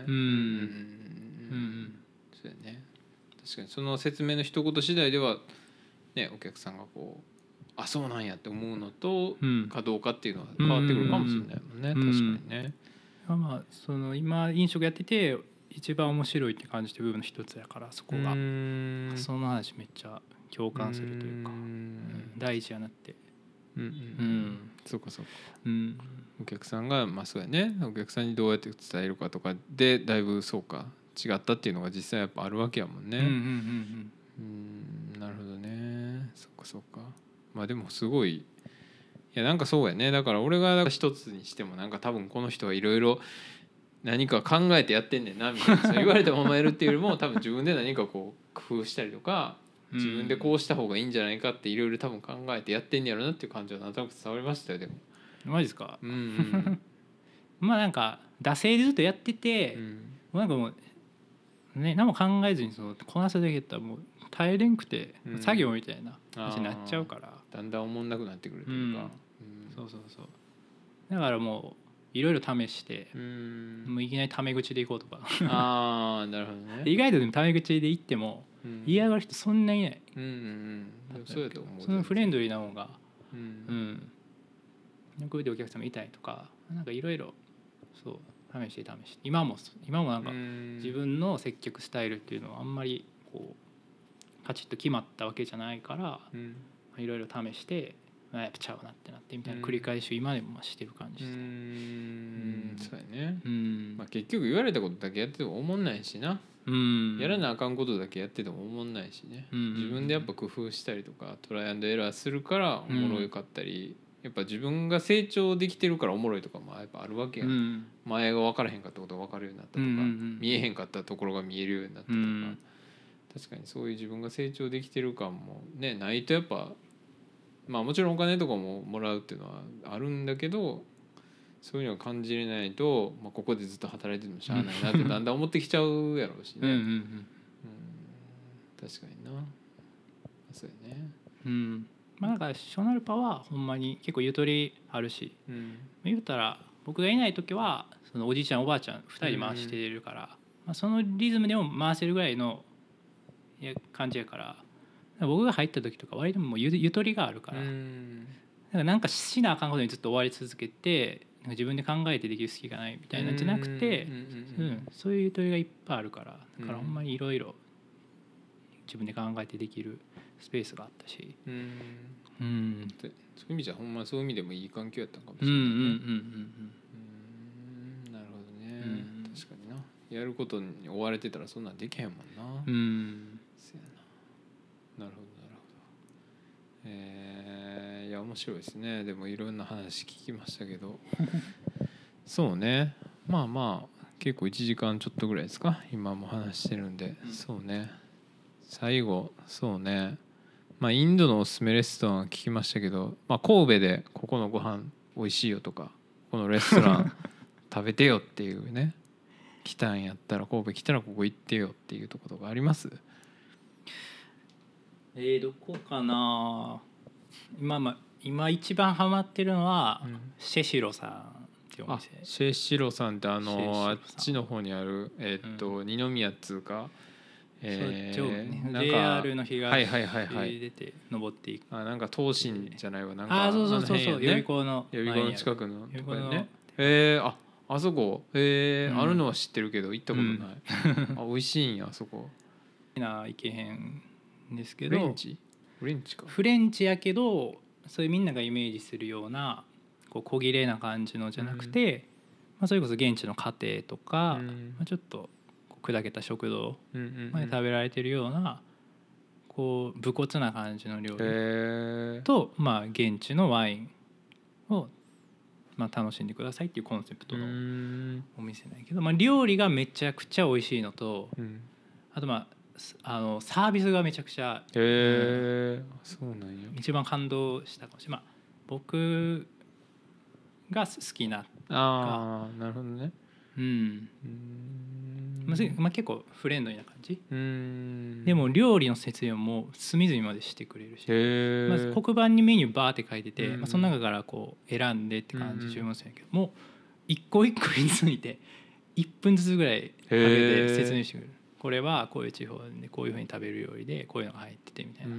そうやね。確かにその説明の一言次第ではね、お客さんがこうそうなんやって思うのと、かどうかっていうのは変わってくるかもしれないもんね。確かにね。 その今飲食やってて一番面白いって感じてる部分の一つやから、そこがその話めっちゃ共感するというか、大事やなって。 そうかそうか。お客さんがそうやね、お客さんにどうやって伝えるかとかでだいぶそうか違ったっていうのが実際やっぱあるわけやもんね。なるほどね。そっかそっか。でもすごい、いやなんかそうやね。だから俺が一つにしてもなんか多分この人はいろいろ何か考えてやってんねんなみたいな、そう言われたままやるっていうよりも多分自分で何かこう工夫したりとか、自分でこうした方がいいんじゃないかっていろいろ多分考えてやってんねやろなっていう感じはなんとなく伝わりましたよ。でもマジですか。なんか惰性でずっとやってて、もうなんかもうね何も考えずにこなすだけやったらもう耐えれんくて、作業みたいな話になっちゃうから、 だんだん思んなくなってくるというか、 そうだからもういろいろ試して、もういきなりタメ口でいこうとかなるほどね。 意外とでもタメ口でいっても嫌がる人そんなにいない。 そうやと思う。 そのフレンドリーな方が、これでお客様いたいとか、なんかいろいろそう試して今もなんか自分の接客スタイルっていうのはあんまりこうカチッと決まったわけじゃないから、いろいろ試してやっぱちゃうなってなってみたいな繰り返しを今でもしてる感じです。 そうやね。結局言われたことだけやってても思んないしな。やらなあかんことだけやってても思んないしね。自分でやっぱ工夫したりとかトライアンドエラーするからおもろかったり、やっぱ自分が成長できてるからおもろいとかもやっぱあるわけやん。前が分からへんかったことが分かるようになったとか、見えへんかったところが見えるようになったとか、確かにそういう自分が成長できてる感もねないとやっぱもちろんお金とかももらうっていうのはあるんだけど、そういうのを感じれないと、ここでずっと働いててもしゃあないなってだんだん思ってきちゃうやろうしね。確かにな。そうやね。 なんかショナルパはほんまに結構ゆとりあるし、言ったら僕がいない時はそのおじいちゃんおばあちゃん2人で回してるから、そのリズムでも回せるぐらいの感じやから、僕が入った時とか割ともうゆとりがあるから、なんかしなあかんことにずっと追われ続けて自分で考えてできる隙がないみたいなんじゃなくて、そういうゆとりがいっぱいあるから、だからほんまにいろいろ自分で考えてできるスペースがあったし、 そういう意味じゃほんまそういう意味でもいい環境やったかもしれないね。なるほどね。確かにな。やることに追われてたらそんなんできへんもんな。そうやな。なるほど。いや面白いですね。でもいろんな話聞きましたけどそうね、結構1時間ちょっとぐらいですか今も話してるんで、そうね最後そうね、インドのおすすめレストラン聞きましたけど、神戸でここのご飯美味しいよとかこのレストラン食べてよっていうね来たんやったら神戸来たらここ行ってよっていうところがあります？ どこかな。今一番ハマってるのは、シェシロさんっていうお店。 シェシロさんってあっちの方にある二宮っつうかそっちをね、 なんか JR の東に出て登っていく。 なんか東進じゃないわ、なんかそうそうそうそう、 予備校の近くのとかね。あそこあるのは知ってるけど行ったことない。美味しいんやあそこ。 行けへんんですけど。 フレンチやけど、そういうみんながイメージするようなこう小切れな感じのじゃなくて、それこそ現地の家庭とか、ちょっと砕けた食堂まで食べられてるようなこう武骨な感じの料理と、現地のワインを楽しんでくださいっていうコンセプトのお店なんやけど、料理がめちゃくちゃ美味しいのと、あとサービスがめちゃくちゃ、 そうなんや。 一番感動したかもしれない。僕が好きななるほどね。 結構フレンドリーな感じ。でも料理の説明も隅々までしてくれるし、まず黒板にメニューバーって書いてて、その中からこう選んでって感じ注文するんやけど、もう一個一個について1分ずつぐらいかけて説明してくれる。これはこういう地方でこういうふうに食べる料理でこういうのが入っててみたい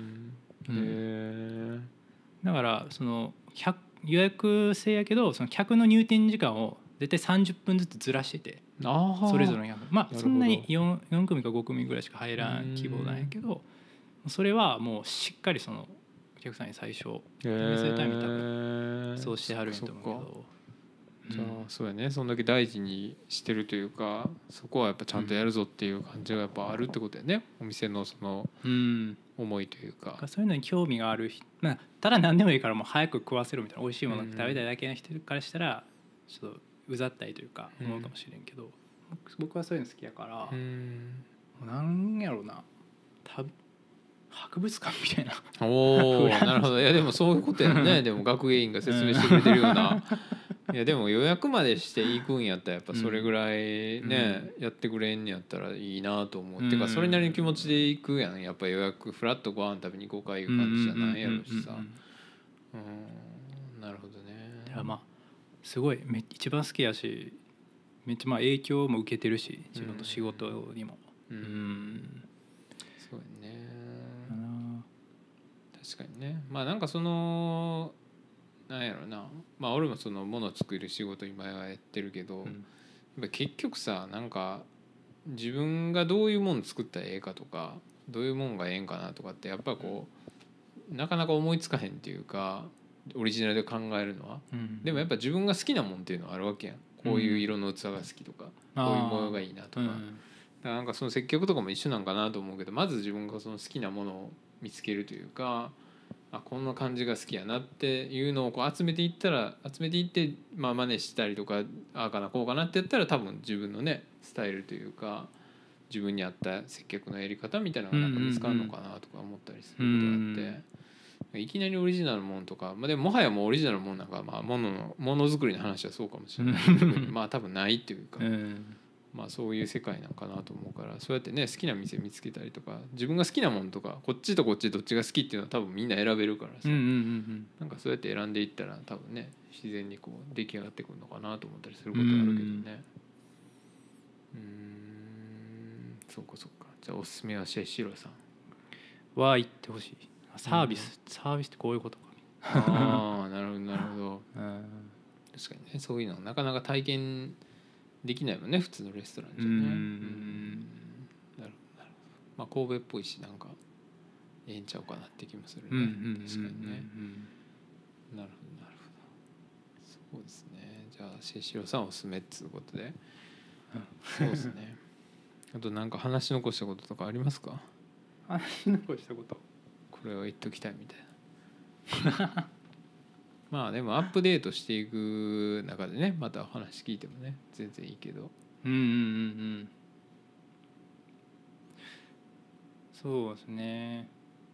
な。だからその予約制やけど、その客の入店時間を絶対30分ずつずらしてて、それぞれの客、そんなに 4組か5組ぐらいしか入らん規模なんやけど、それはもうしっかりそのお客さんに最初説明するために多分そうしてはるんやと思うけど、 じゃあそうやね、そんだけ大事にしてるというか、そこはやっぱちゃんとやるぞっていう感じがやっぱあるってことやね、お店のその思いというか、 そういうのに興味がある人、ただ何でもいいからもう早く食わせろみたいな、美味しいもの食べたいだけの人からしたらちょっとうざったいというか思うかもしれんけど、僕はそういうの好きやから、なんやろうな、博物館みたいな。 なるほど。いやでもそういうことやね。でも学芸員が説明してくれてるような。いやでも予約までしていくんやったらやっぱそれぐらいね、やってくれんやったらいいなと思う。てかそれなりの気持ちで行くやん。やっぱ予約フラッとご飯食べに行こうかいう感じじゃないやろしさ。なるほどね。 すごい一番好きやし、めっちゃ影響も受けてるし、自分の仕事にも。 そうやね。確かにね。なんかそのなんやろな、俺もそのもの作る仕事今はやってるけど、やっぱ結局さ、なんか自分がどういうもの作ったらええかとか、どういうもんがええんかなとかってやっぱこうなかなか思いつかへんっていうか、オリジナルで考えるのは、でもやっぱ自分が好きなもんっていうのはあるわけやん。こういう色の器が好きとか、こういう模様がいいなとか、だからなんかその接客とかも一緒なんかなと思うけど、まず自分がその好きなものを見つけるというか、こんな感じが好きやなっていうのをこう集めていって真似したりとか、ああかなこうかなってやったら多分自分のねスタイルというか、自分に合った接客のやり方みたいなのがなんか見つかるのかなとか思ったりすることがあって、いきなりオリジナルもんとか、でももはやもうオリジナルもんなんかものづくりの話はそうかもしれないけど多分ないっていうか、そういう世界なんかなと思うから、そうやってね好きな店見つけたりとか、自分が好きなもんとか、こっちとこっちどっちが好きっていうのは多分みんな選べるからさ、なんかそうやって選んでいったら多分ね自然にこう出来上がってくるのかなと思ったりすることあるけどね。そうか。じゃあおすすめはシェシロさんは行ってほしい。サービスってこういうことか。 なるほど。確かにね、そういうのなかなか体験できないもんね、普通のレストランじゃね。なるほど。神戸っぽいし、なんかええんちゃうかなって気もするね。確かにね。なるほど。そうですね。じゃあシェシロさんおすすめっつうことで。そうですね。あとなんか話残したこととかありますか？ 話残したこと。 これを言っときたいみたいな。でもアップデートしていく中でね、また話聞いてもね全然いいけど。 そうですね。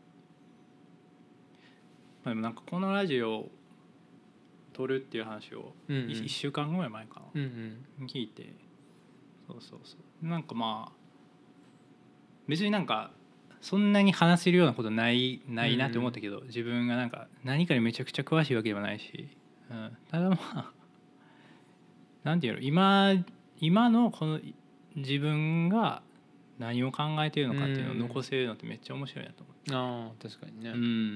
でもなんかこのラジオを撮るっていう話を1週間ぐらい前かな、聞いて、そうなんか別になんかそんなに話せるようなことないなって思ったけど、自分がなんか何かにめちゃくちゃ詳しいわけではないし、ただなんていうの、今のこの自分が何を考えてるのかっていうのを残せるのってめっちゃ面白いなと思って。 ああ確かにね。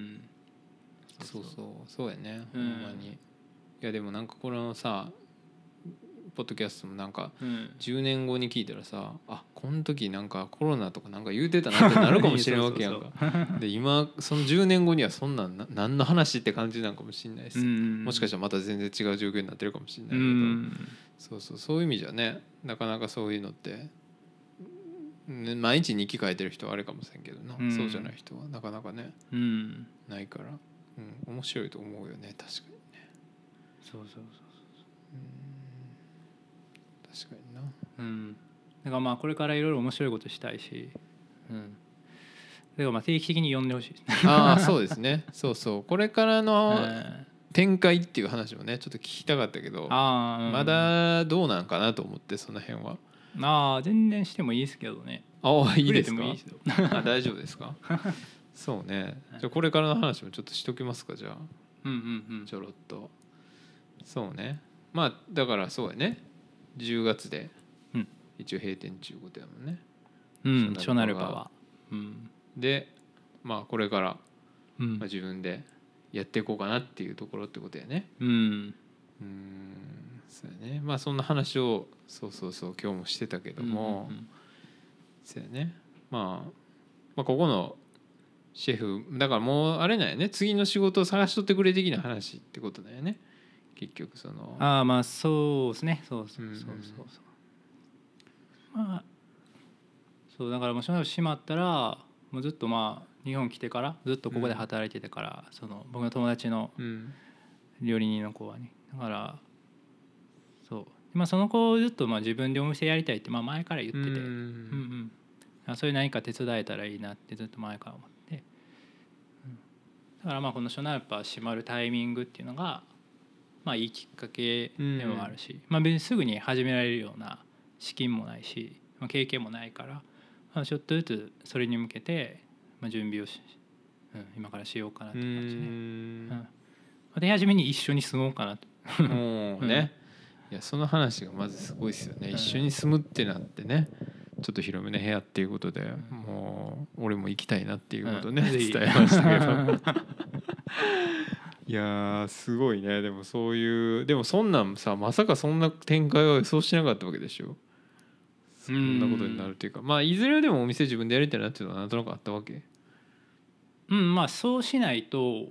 そうやね、ほんまに。いやでもなんかこのさポッドキャストもなんか10年後に聞いたらさ、あこの時なんかコロナとかなんか言うてたなってなるかもしれんわけやんか。で今その10年後にはそんなん何の話って感じなんかもしれないです。もしかしたらまた全然違う状況になってるかもしれないけど、そういう意味じゃね、なかなかそういうのって、ね、毎日日記書いてる人はあれかもしれんけどな、そうじゃない人はなかなかね、ないから、面白いと思うよね、確かにね。 そう確かにな。 だからまあこれからいろいろ面白いことしたいし、だからまあ定期的に読んでほしいですね。 ああそうですね。そうこれからの展開っていう話もねちょっと聞きたかったけど、まだどうなんかなと思って、その辺は。 全然してもいいですけどね。 いいですか。 触れてもいいですよ。 大丈夫ですか。そうね。じゃあこれからの話もちょっとしときますか、じゃあ。ちょろっと。そうね。まあだからそうやね。10月で一応閉店中ことやもんね。 ショナルパは。 でまあこれから、自分でやっていこうかなっていうところってことやね。そうやね。まあそんな話をそう今日もしてたけども、そうやね。まあここのシェフだからもうあれなんやね、次の仕事を探しとってくれ的な話ってことだよね、結局その。 まあそうですね。そうまあそうだからもうショナル閉まったらもうずっとまあ日本来てからずっとここで働いててから、その僕の友達の料理人の子はね、だからそうその子ずっとまあ自分でお店やりたいってまあ前から言ってて、そういう何か手伝えたらいいなってずっと前から思って、だからまあこのショナルパ閉まるタイミングっていうのがまあいいきっかけでもあるし、まあ別にすぐに始められるような資金もないし、経験もないから、ちょっとずつそれに向けて準備を今からしようかなって感じね。出始めに一緒に住もうかなと。 ね。いやその話がまずすごいですよね。一緒に住むってなってね、ちょっと広めの部屋っていうことで、もう俺も行きたいなっていうことね、伝えましたけど。いやすごいね。でもそういうでもそんなんさ、まさかそんな展開は予想しなかったわけでしょ。そんなことになるっていうか、まあいずれでもお店自分でやりたいなっていうのはなんとなくあったわけ。 まあそうしないと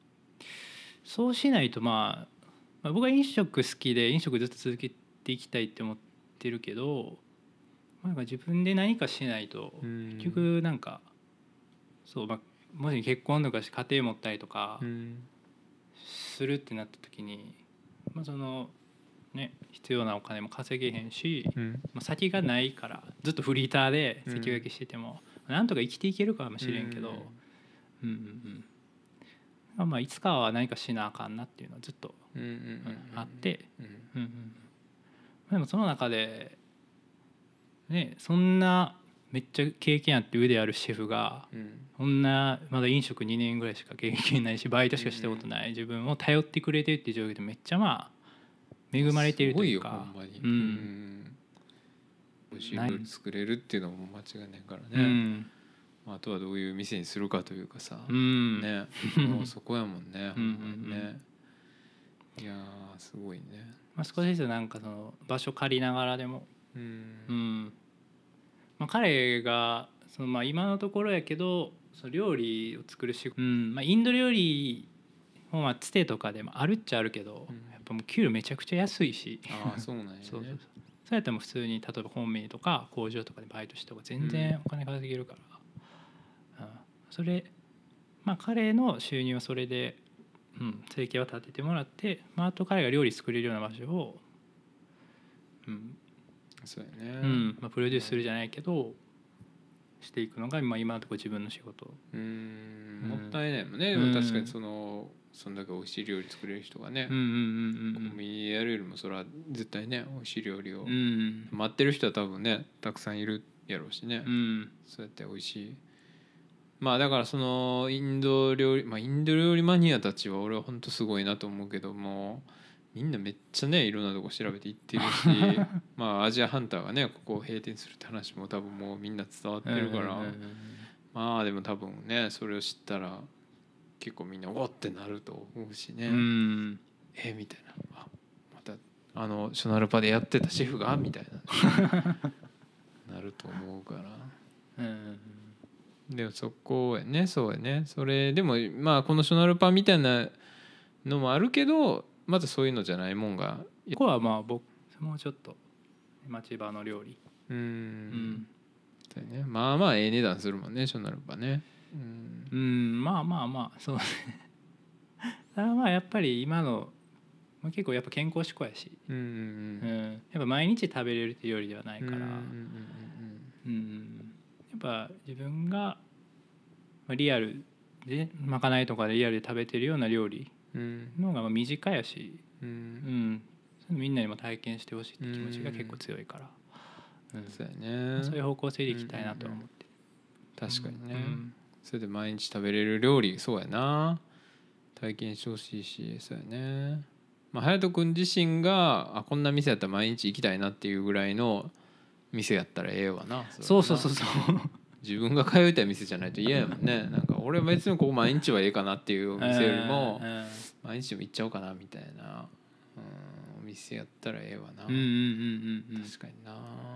まあ僕は飲食好きで飲食ずっと続けていきたいって思ってるけど、なんか自分で何かしないと結局なんかもし結婚とかして家庭持ったりとかするってなった時に、そのね必要なお金も稼げへんし、先がないからずっとフリーターで先駆けしててもなんとか生きていけるかもしれんけど、まあいつかは何かしなあかんなっていうのはずっとあって、でもその中でね、そんなめっちゃ経験あって腕あるシェフが、そんなまだ飲食2年ぐらいしか経験ないしバイトしかしたことない自分を頼ってくれてるっていう状況でめっちゃまあ恵まれてるというか、 すごいよほんまに。美味しい料理作れるっていうのも間違いないからね。あとはどういう店にするかというかさ、ね、もうそこやもんね。ほんまにね。いやすごいね。 少しずつなんかその場所借りながらでも、彼が今のところやけどその料理を作る仕事、インド料理もつてとかでもあるっちゃあるけど、やっぱもう給料めちゃくちゃ安いし、 そうなんやね。 そうやったらもう普通に例えばコンビニとか工場とかでバイトした方が全然お金稼げるから、それ彼の収入はそれで生計を立ててもらって、あと彼が料理作れるような場所をそうやね、 プロデュースするじゃないけどしていくのが今のところ自分の仕事。 もったいないもんね。でも確かにそんだけ美味しい料理作れる人がね、コンビニやるよりもそれは絶対ね美味しい料理を待ってる人は多分ねたくさんいるやろうしね、そうやって美味しい。だからそのインド料理マニアたちは俺は本当すごいなと思うけども、 みんなめっちゃねいろんなとこ調べて行ってるしまあアジアハンターがねここを閉店するって話も多分もうみんな伝わってるから、まあでも多分ねそれを知ったら結構みんなおってなると思うしね、みたいな、またショナルパでやってたシェフがみたいななると思うから、でもそこやねそうやねそれでもまあこのショナルパみたいなのもあるけどまずそういうのじゃないもんがここはまあ僕もうちょっと町場の料理そうやね、まあまあええ値段するもんねショナルパねまあそうねただまあやっぱり今の結構やっぱ健康志向やし、やっぱ毎日食べれるっていう料理ではないから、やっぱ自分がリアルでまかないとかでリアルで食べてるような料理の方が短いやし、みんなにも体験してほしいって気持ちが結構強いから、 そうやね、 そういう方向性でいきたいなとは思って、 確かにね、それで毎日食べれる料理そうやな体験してほしいしそうやね、まあ、隼人君自身がこんな店やったら毎日行きたいなっていうぐらいの店やったらええわな。 そう自分が通いたい店じゃないと嫌やもんね。なんか俺は別にここ毎日はええかなっていうお店よりも毎日でも行っちゃおうかなみたいな、お店やったらええわな。確かにな。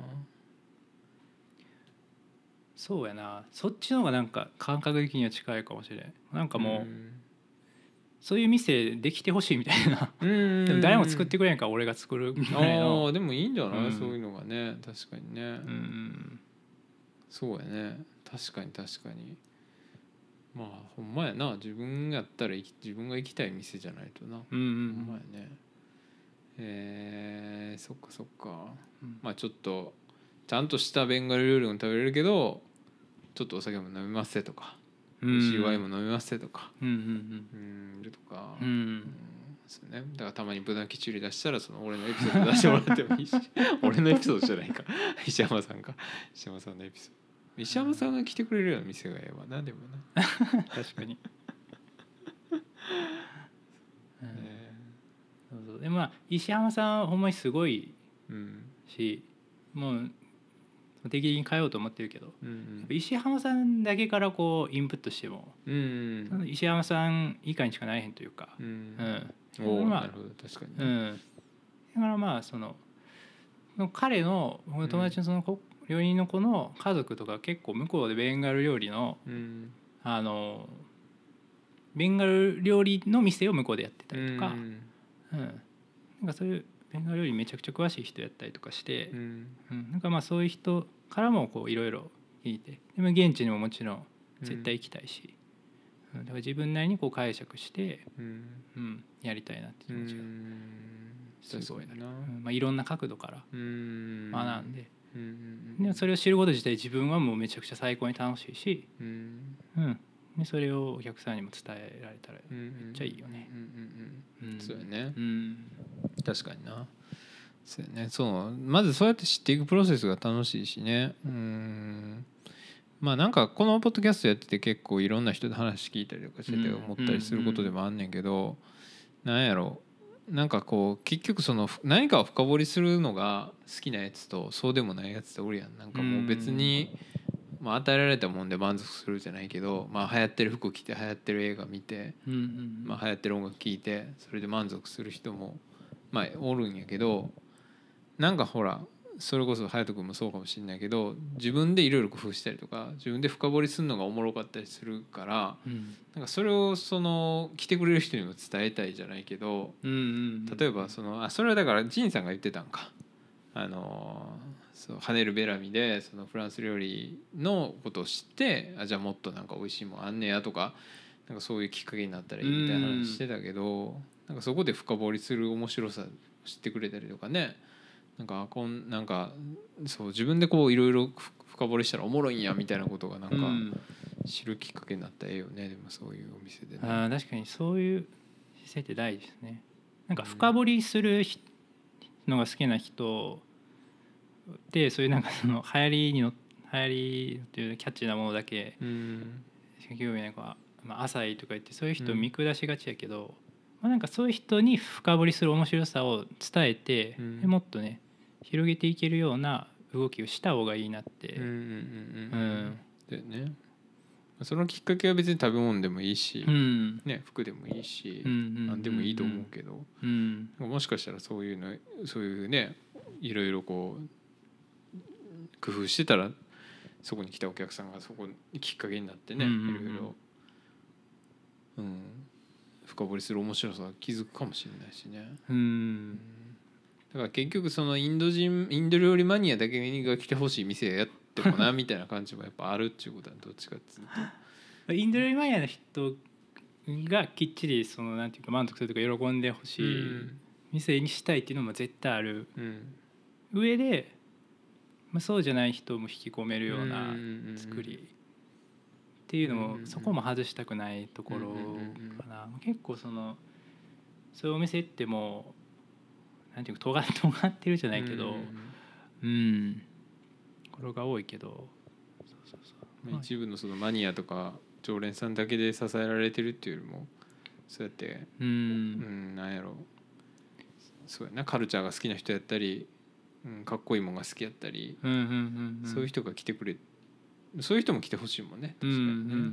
そうやな、そっちの方がなんか感覚的には近いかもしれん。なんかもう、そういう店できてほしいみたいなでも誰も作ってくれんから俺が作るみたいな。 でもいいんじゃない、そういうのがね。確かにね、そうやね、確かにまあほんまやな、自分やったら自分が行きたい店じゃないとな、ほんまやね。そっか、まあちょっとちゃんとしたベンガル料理も食べれるけどちょっとお酒も飲みますせとか、美味しいワインも飲みますせとかとか、そうね、だからたまに豚キチュリ出したらその俺のエピソード出してもらってもいいし俺のエピソードじゃないか石山さんのエピソード、石山さんが来てくれるような店がええわな。でもな確かにそうでまあ石山さんはほんまにすごいし、もう定期的に通おうと思ってるけど、石山さんだけからこうインプットしても、その石山さん以下にしかなれへんというか、 なるほど確かに、 だからまあその彼の友達のその料理人の子の家族とか結構向こうでベンガル料理の、ベンガル料理の店を向こうでやってたりとか、なんかそういうベンガル料理めちゃくちゃ詳しい人やったりとかして、なんかまあそういう人からもこういろいろ聞いて、でも現地にももちろん絶対行きたいし、だから自分なりにこう解釈して、やりたいなって気持ちがすごいな、まあ、いろんな角度から学んで、でそれを知ること自体自分はもうめちゃくちゃ最高に楽しいし、でそれをお客さんにも伝えられたらめっちゃいいよね。 そうやね、確かにな。そうやね、そうまずそうやって知っていくプロセスが楽しいしね。まあなんかこのポッドキャストやってて結構いろんな人で話聞いたりとかしてて思ったりすることでもあんねんけど、なんやろ、なんかこう結局その何かを深掘りするのが好きなやつとそうでもないやつっておるやん。なんかもう別にまあ与えられたもんで満足するじゃないけど、まあ流行ってる服着て流行ってる映画見て、まあ流行ってる音楽聴いてそれで満足する人もまあおるんやけど、なんかほらそれこそ隼人君もそうかもしれないけど、自分でいろいろ工夫したりとか自分で深掘りするのがおもろかったりするから、なんかそれをその来てくれる人にも伝えたいじゃないけど、例えばそれはだからジンさんが言ってたんか、そうハネル・ベラミでそのフランス料理のことを知って、じゃあもっとなんか美味しいもんあんねやとか、なんかそういうきっかけになったらいいみたいな話してたけど、なんかそこで深掘りする面白さを知ってくれたりとかね、なんかそう自分でこういろいろ深掘りしたらおもろいんやみたいなことがなんか知るきっかけになったらええよね。でもそういうお店でね。 確かにそういう姿勢って大事ですね。なんか深掘りするのが好きな人で、そういうなんかその流行りっていうキャッチーなものだけしか興味ない子は、浅いとか言ってそういう人を見下しがちやけど、 なんかそういう人に深掘りする面白さを伝えて、もっとね広げていけるような動きをした方がいいなって。だよね。そのきっかけは別に食べ物でもいいし、ね、服でもいいし、何でもいいと思うけど、もしかしたらそういうねいろいろこう工夫してたらそこに来たお客さんがそこにきっかけになってね、いろいろ、深掘りする面白さは気づくかもしれないしね。だから結局そのインド料理マニアだけが来てほしい店やってもなみたいな感じもやっぱあるっていうことはどっちかっていうとインド料理マニアの人がきっちりそのなんていうか満足するとか喜んでほしい店にしたいっていうのも絶対ある上で、そうじゃない人も引き込めるような作りっていうのもそこも外したくないところかな。結構そういうお店行ってもなんていうか尖ってるじゃないけど、これが多いけど、 一部のそのマニアとか常連さんだけで支えられてるっていうよりもそうやってなんやろそうやな、カルチャーが好きな人やったり、かっこいいもんが好きやったり、そういう人が来てくれ、そういう人も来てほしいもんね。確かにね。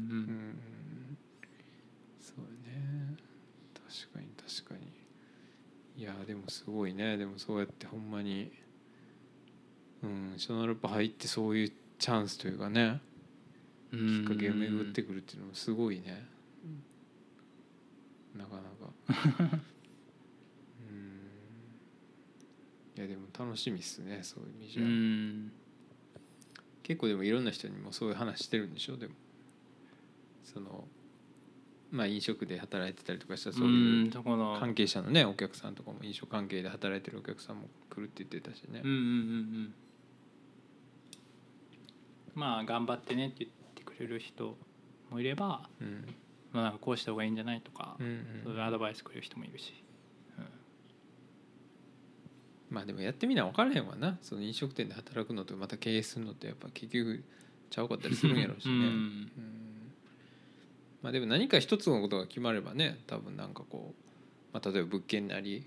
そうね、確かに。いやでもすごいね。でもそうやってほんまにショナルパ入ってそういうチャンスというかね、きっかけが巡ってくるっていうのもすごいね。なかなかいやでも楽しみっすね、そういう意味じゃ。結構でもいろんな人にもそういう話してるんでしょ。でもその飲食で働いてたりとかしたらそういう関係者のねお客さんとかも飲食関係で働いてるお客さんも来るって言ってたしね。 頑張ってねって言ってくれる人もいれば、なんかこうした方がいいんじゃないとか、そういうアドバイスくれる人もいるし、 でもやってみな分からへんわな。その飲食店で働くのとまた経営するのってやっぱ結局ちゃうかったりするんやろうしね。でも何か一つのことが決まればね、多分なんかこう、例えば物件なり、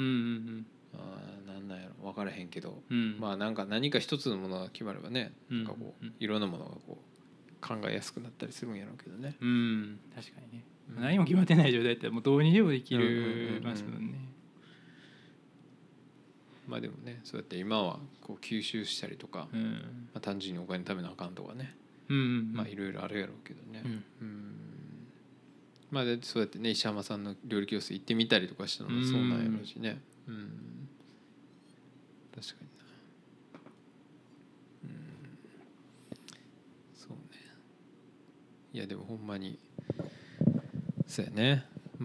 なんなんやろ分からへんけど、なんか何か一つのものが決まればね、なんかこういろんなものがこう考えやすくなったりするんやろうけどね。 確かにね、何も決まってない状態ってもうどうにでもできるますもんね。 でもね、そうやって今はこう吸収したりとか、単純にお金貯めなあかんとかね、いろいろあるやろうけどね。でそうやってね石浜さんの料理教室行ってみたりとかしたのもそうなんやろうしね。確かにな。そうね。いやでもほんまにそうやね。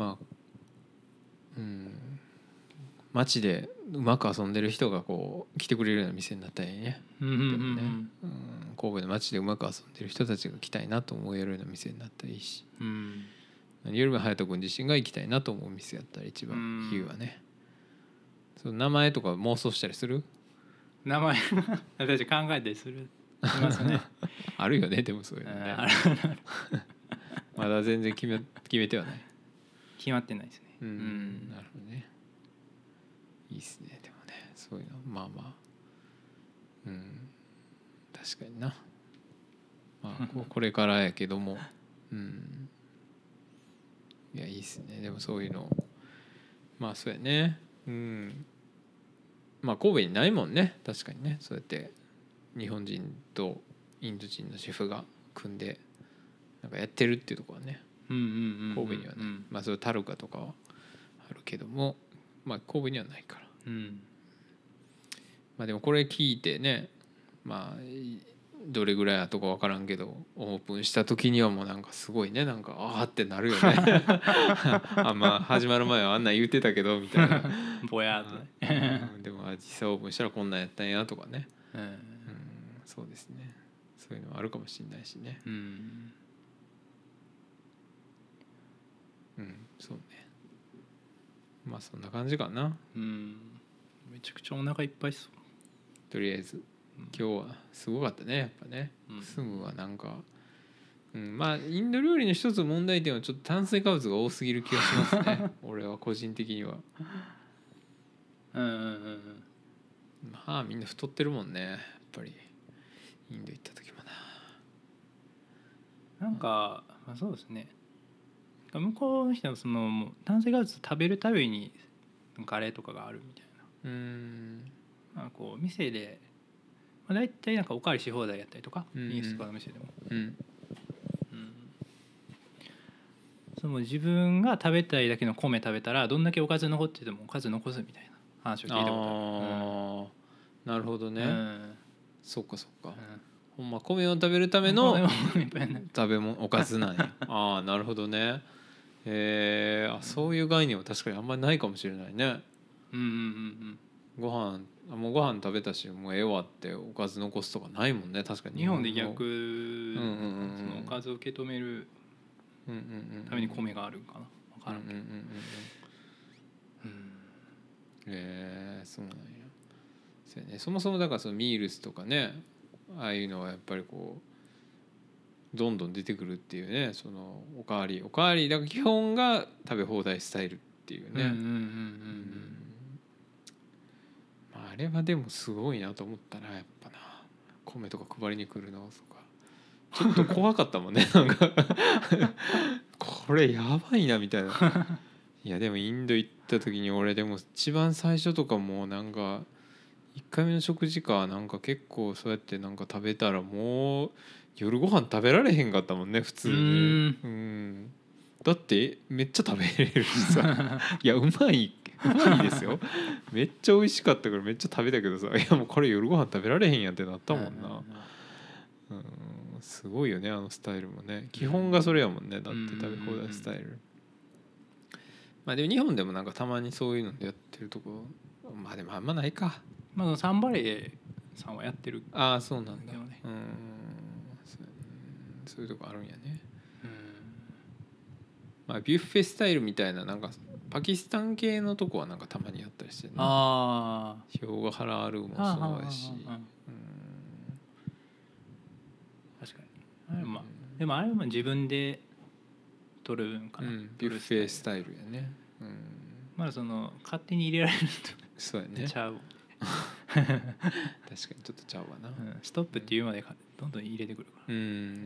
街でうまく遊んでる人がこう来てくれるような店になったらいいね。でもね、神戸の街でうまく遊んでる人たちが来たいなと思えるような店になったらいいし、何よりも隼人君自身が行きたいなと思う店やったら一番いいわね。その名前とか妄想したりする？ 名前私考えたりするしますね。 あるよね。でもそういうのね。まだ全然決めてはない。 決まってないですね。 なるほどね。いいっすね。でもね、そういうの確かにな。これからやけども、いやいいっすね。でもそういうのそうやね。神戸にないもんね。確かにね。そうやって日本人とインド人のシェフが組んでなんかやってるっていうところはね、神戸にはない。それタルカとかはあるけども、神戸にはないから。でもこれ聞いてね、どれぐらい後か分からんけどオープンした時にはもうなんかすごいね、なんかあーってなるよね。始まる前はあんなん言ってたけどみたいな。 ぼやっとでも実際オープンしたらこんなんやったんやとかね。そうですね。そういうのはあるかもしれないしね。そうね。そんな感じかな。 めちゃくちゃお腹いっぱいそう。 とりあえず今日はすごかったね、やっぱね。クスムはなんかまあインド料理の一つ問題点はちょっと炭水化物が多すぎる気がしますね俺は個人的には。まあみんな太ってるもんねやっぱりインド行った時もなんか、まあ、そうですね向こうの人はそのもう炭水化物食べるたびにカレーとかがあるみたいな。こう店で、まあ、大体なんかおかわりし放題やったりとか、インスタの店でも、その自分が食べたいだけの米食べたらどんだけおかず残っててもおかず残すみたいな話を聞いたことある。なるほどね、そっかそっか、ほんま米を食べるための食べ物おかずなんやああなるほどね。そういう概念は確かにあんまりないかもしれないね。ご飯もうご飯食べたしもうええわっておかず残すとかないもんね。確かに日本で逆、そのおかずを受け止めるために米があるんかな分からんけど。 そうなんや。そうやね、そもそもだからそのミールスとかねああいうのはやっぱりこうどんどん出てくるっていうね。そのおかわりだから基本が食べ放題スタイルっていうね。あれはでもすごいなと思ったなやっぱな。米とか配りに来るのとかちょっと怖かったもんねなんかこれやばいなみたいな。いやでもインド行った時に俺でも一番最初とかもうなんか1回目の食事かなんか結構そうやってなんか食べたらもう夜ご飯食べられへんかったもんね普通に。だってめっちゃ食べれるしさいやうまいですよめっちゃ美味しかったからめっちゃ食べたけどさいやもうこれ夜ご飯食べられへんやんってなったもんな。すごいよねあのスタイルもね。基本がそれやもんね。だって食べ放題スタイル。まあでも日本でもなんかたまにそういうのでやってるとこまあでもあんまないか。 まあサンバレーさんはやってる。 ああそうなんだ。そういうとこあるんやね。まあビュッフェスタイルみたいななんかパキスタン系のとこはなんかたまにやったりしてね。ヒョウガハラールもそうだし。 確かに。でもあれは自分で取るんかな。 ビュッフェスタイルやね。 まだその勝手に入れられるとそうやね。 ちゃう。 確かにちょっとちゃうわな。 ストップっていうまでどんどん入れてくるから。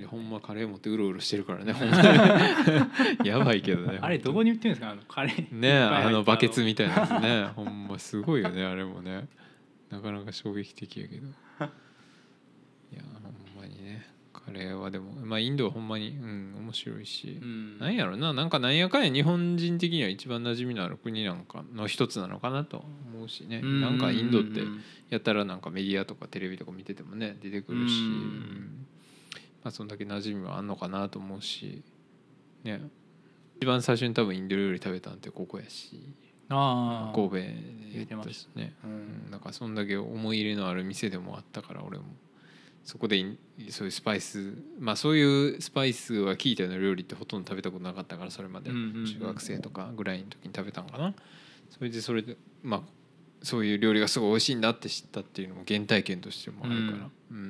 ほんまカレー持ってうろうろしてるからね。ほんまにやばいけどね。 あれどこに売ってるんですかカレー。 ねバケツみたいなやつね。ほんますごいよねあれもね。なかなか衝撃的やけど。いやほんまにね。カレーはでもまあインドはほんまに面白いし、なんやろななんかなんやかんや日本人的には一番馴染みのある国なんかの一つなのかなと思うしね。なんかインドってやったらなんかメディアとかテレビとか見ててもね出てくるし、まあそんだけ馴染みはあんのかなと思うしね。一番最初に多分インド料理食べたんってここやし、神戸で言ってましたね。なんかそんだけ思い入れのある店でもあったから俺も。そこでそういうスパイスまあそういうスパイスが効いたような料理ってほとんど食べたことなかったからそれまで中学生とかぐらいの時に食べたんかな。それでまあそういう料理がすごい美味しいんだって知ったっていうのも原体験としてもあるから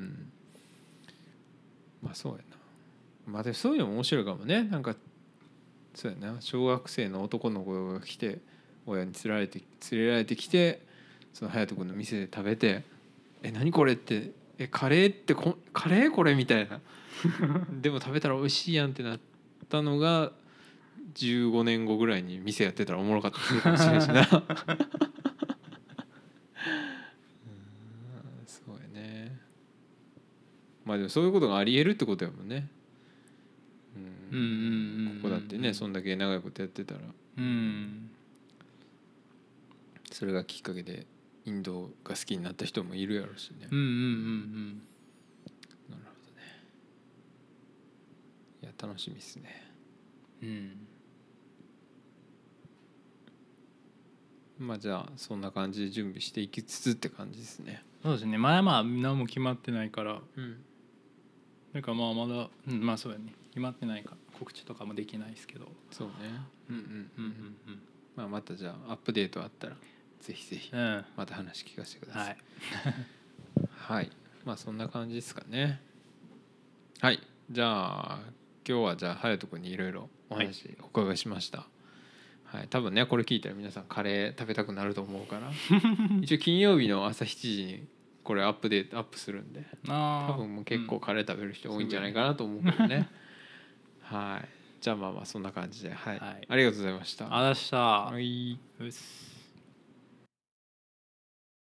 まあそうやな。まあでもそういうのも面白いかもね。なんかそうやな小学生の男の子が来て親に連れられてきてその隼人君の店で食べて何これってカレーってカレーこれみたいなでも食べたら美味しいやんってなったのが15年後ぐらいに店やってたらおもろかったりするかもしれないしなそうやね。まあでもそういうことがありえるってことやもんね。ここだってねそんだけ長いことやってたらそれがきっかけでインドが好きになった人もいるやろうしね。なるほどね。いや楽しみですね。まあじゃあそんな感じで準備していきつつって感じですね。 そうですね。まあ何も決まってないから。なんかまあまだまあそうやね。決まってないから告知とかもできないですけど。 そうね。まあまたじゃあアップデートあったらぜひぜひまた話聞かせてください。はい。まあそんな感じですかね。はい。じゃあ今日はじゃあ隼人君にいろいろお話お伺いしました、はい、多分ねこれ聞いたら皆さんカレー食べたくなると思うから一応金曜日の朝7時にこれアップするんで多分もう結構カレー食べる人多いんじゃないかなと思うけどね、はい、じゃあまあそんな感じで、はい、ありがとうございました。 ありがとうございました。 はい。 うっす。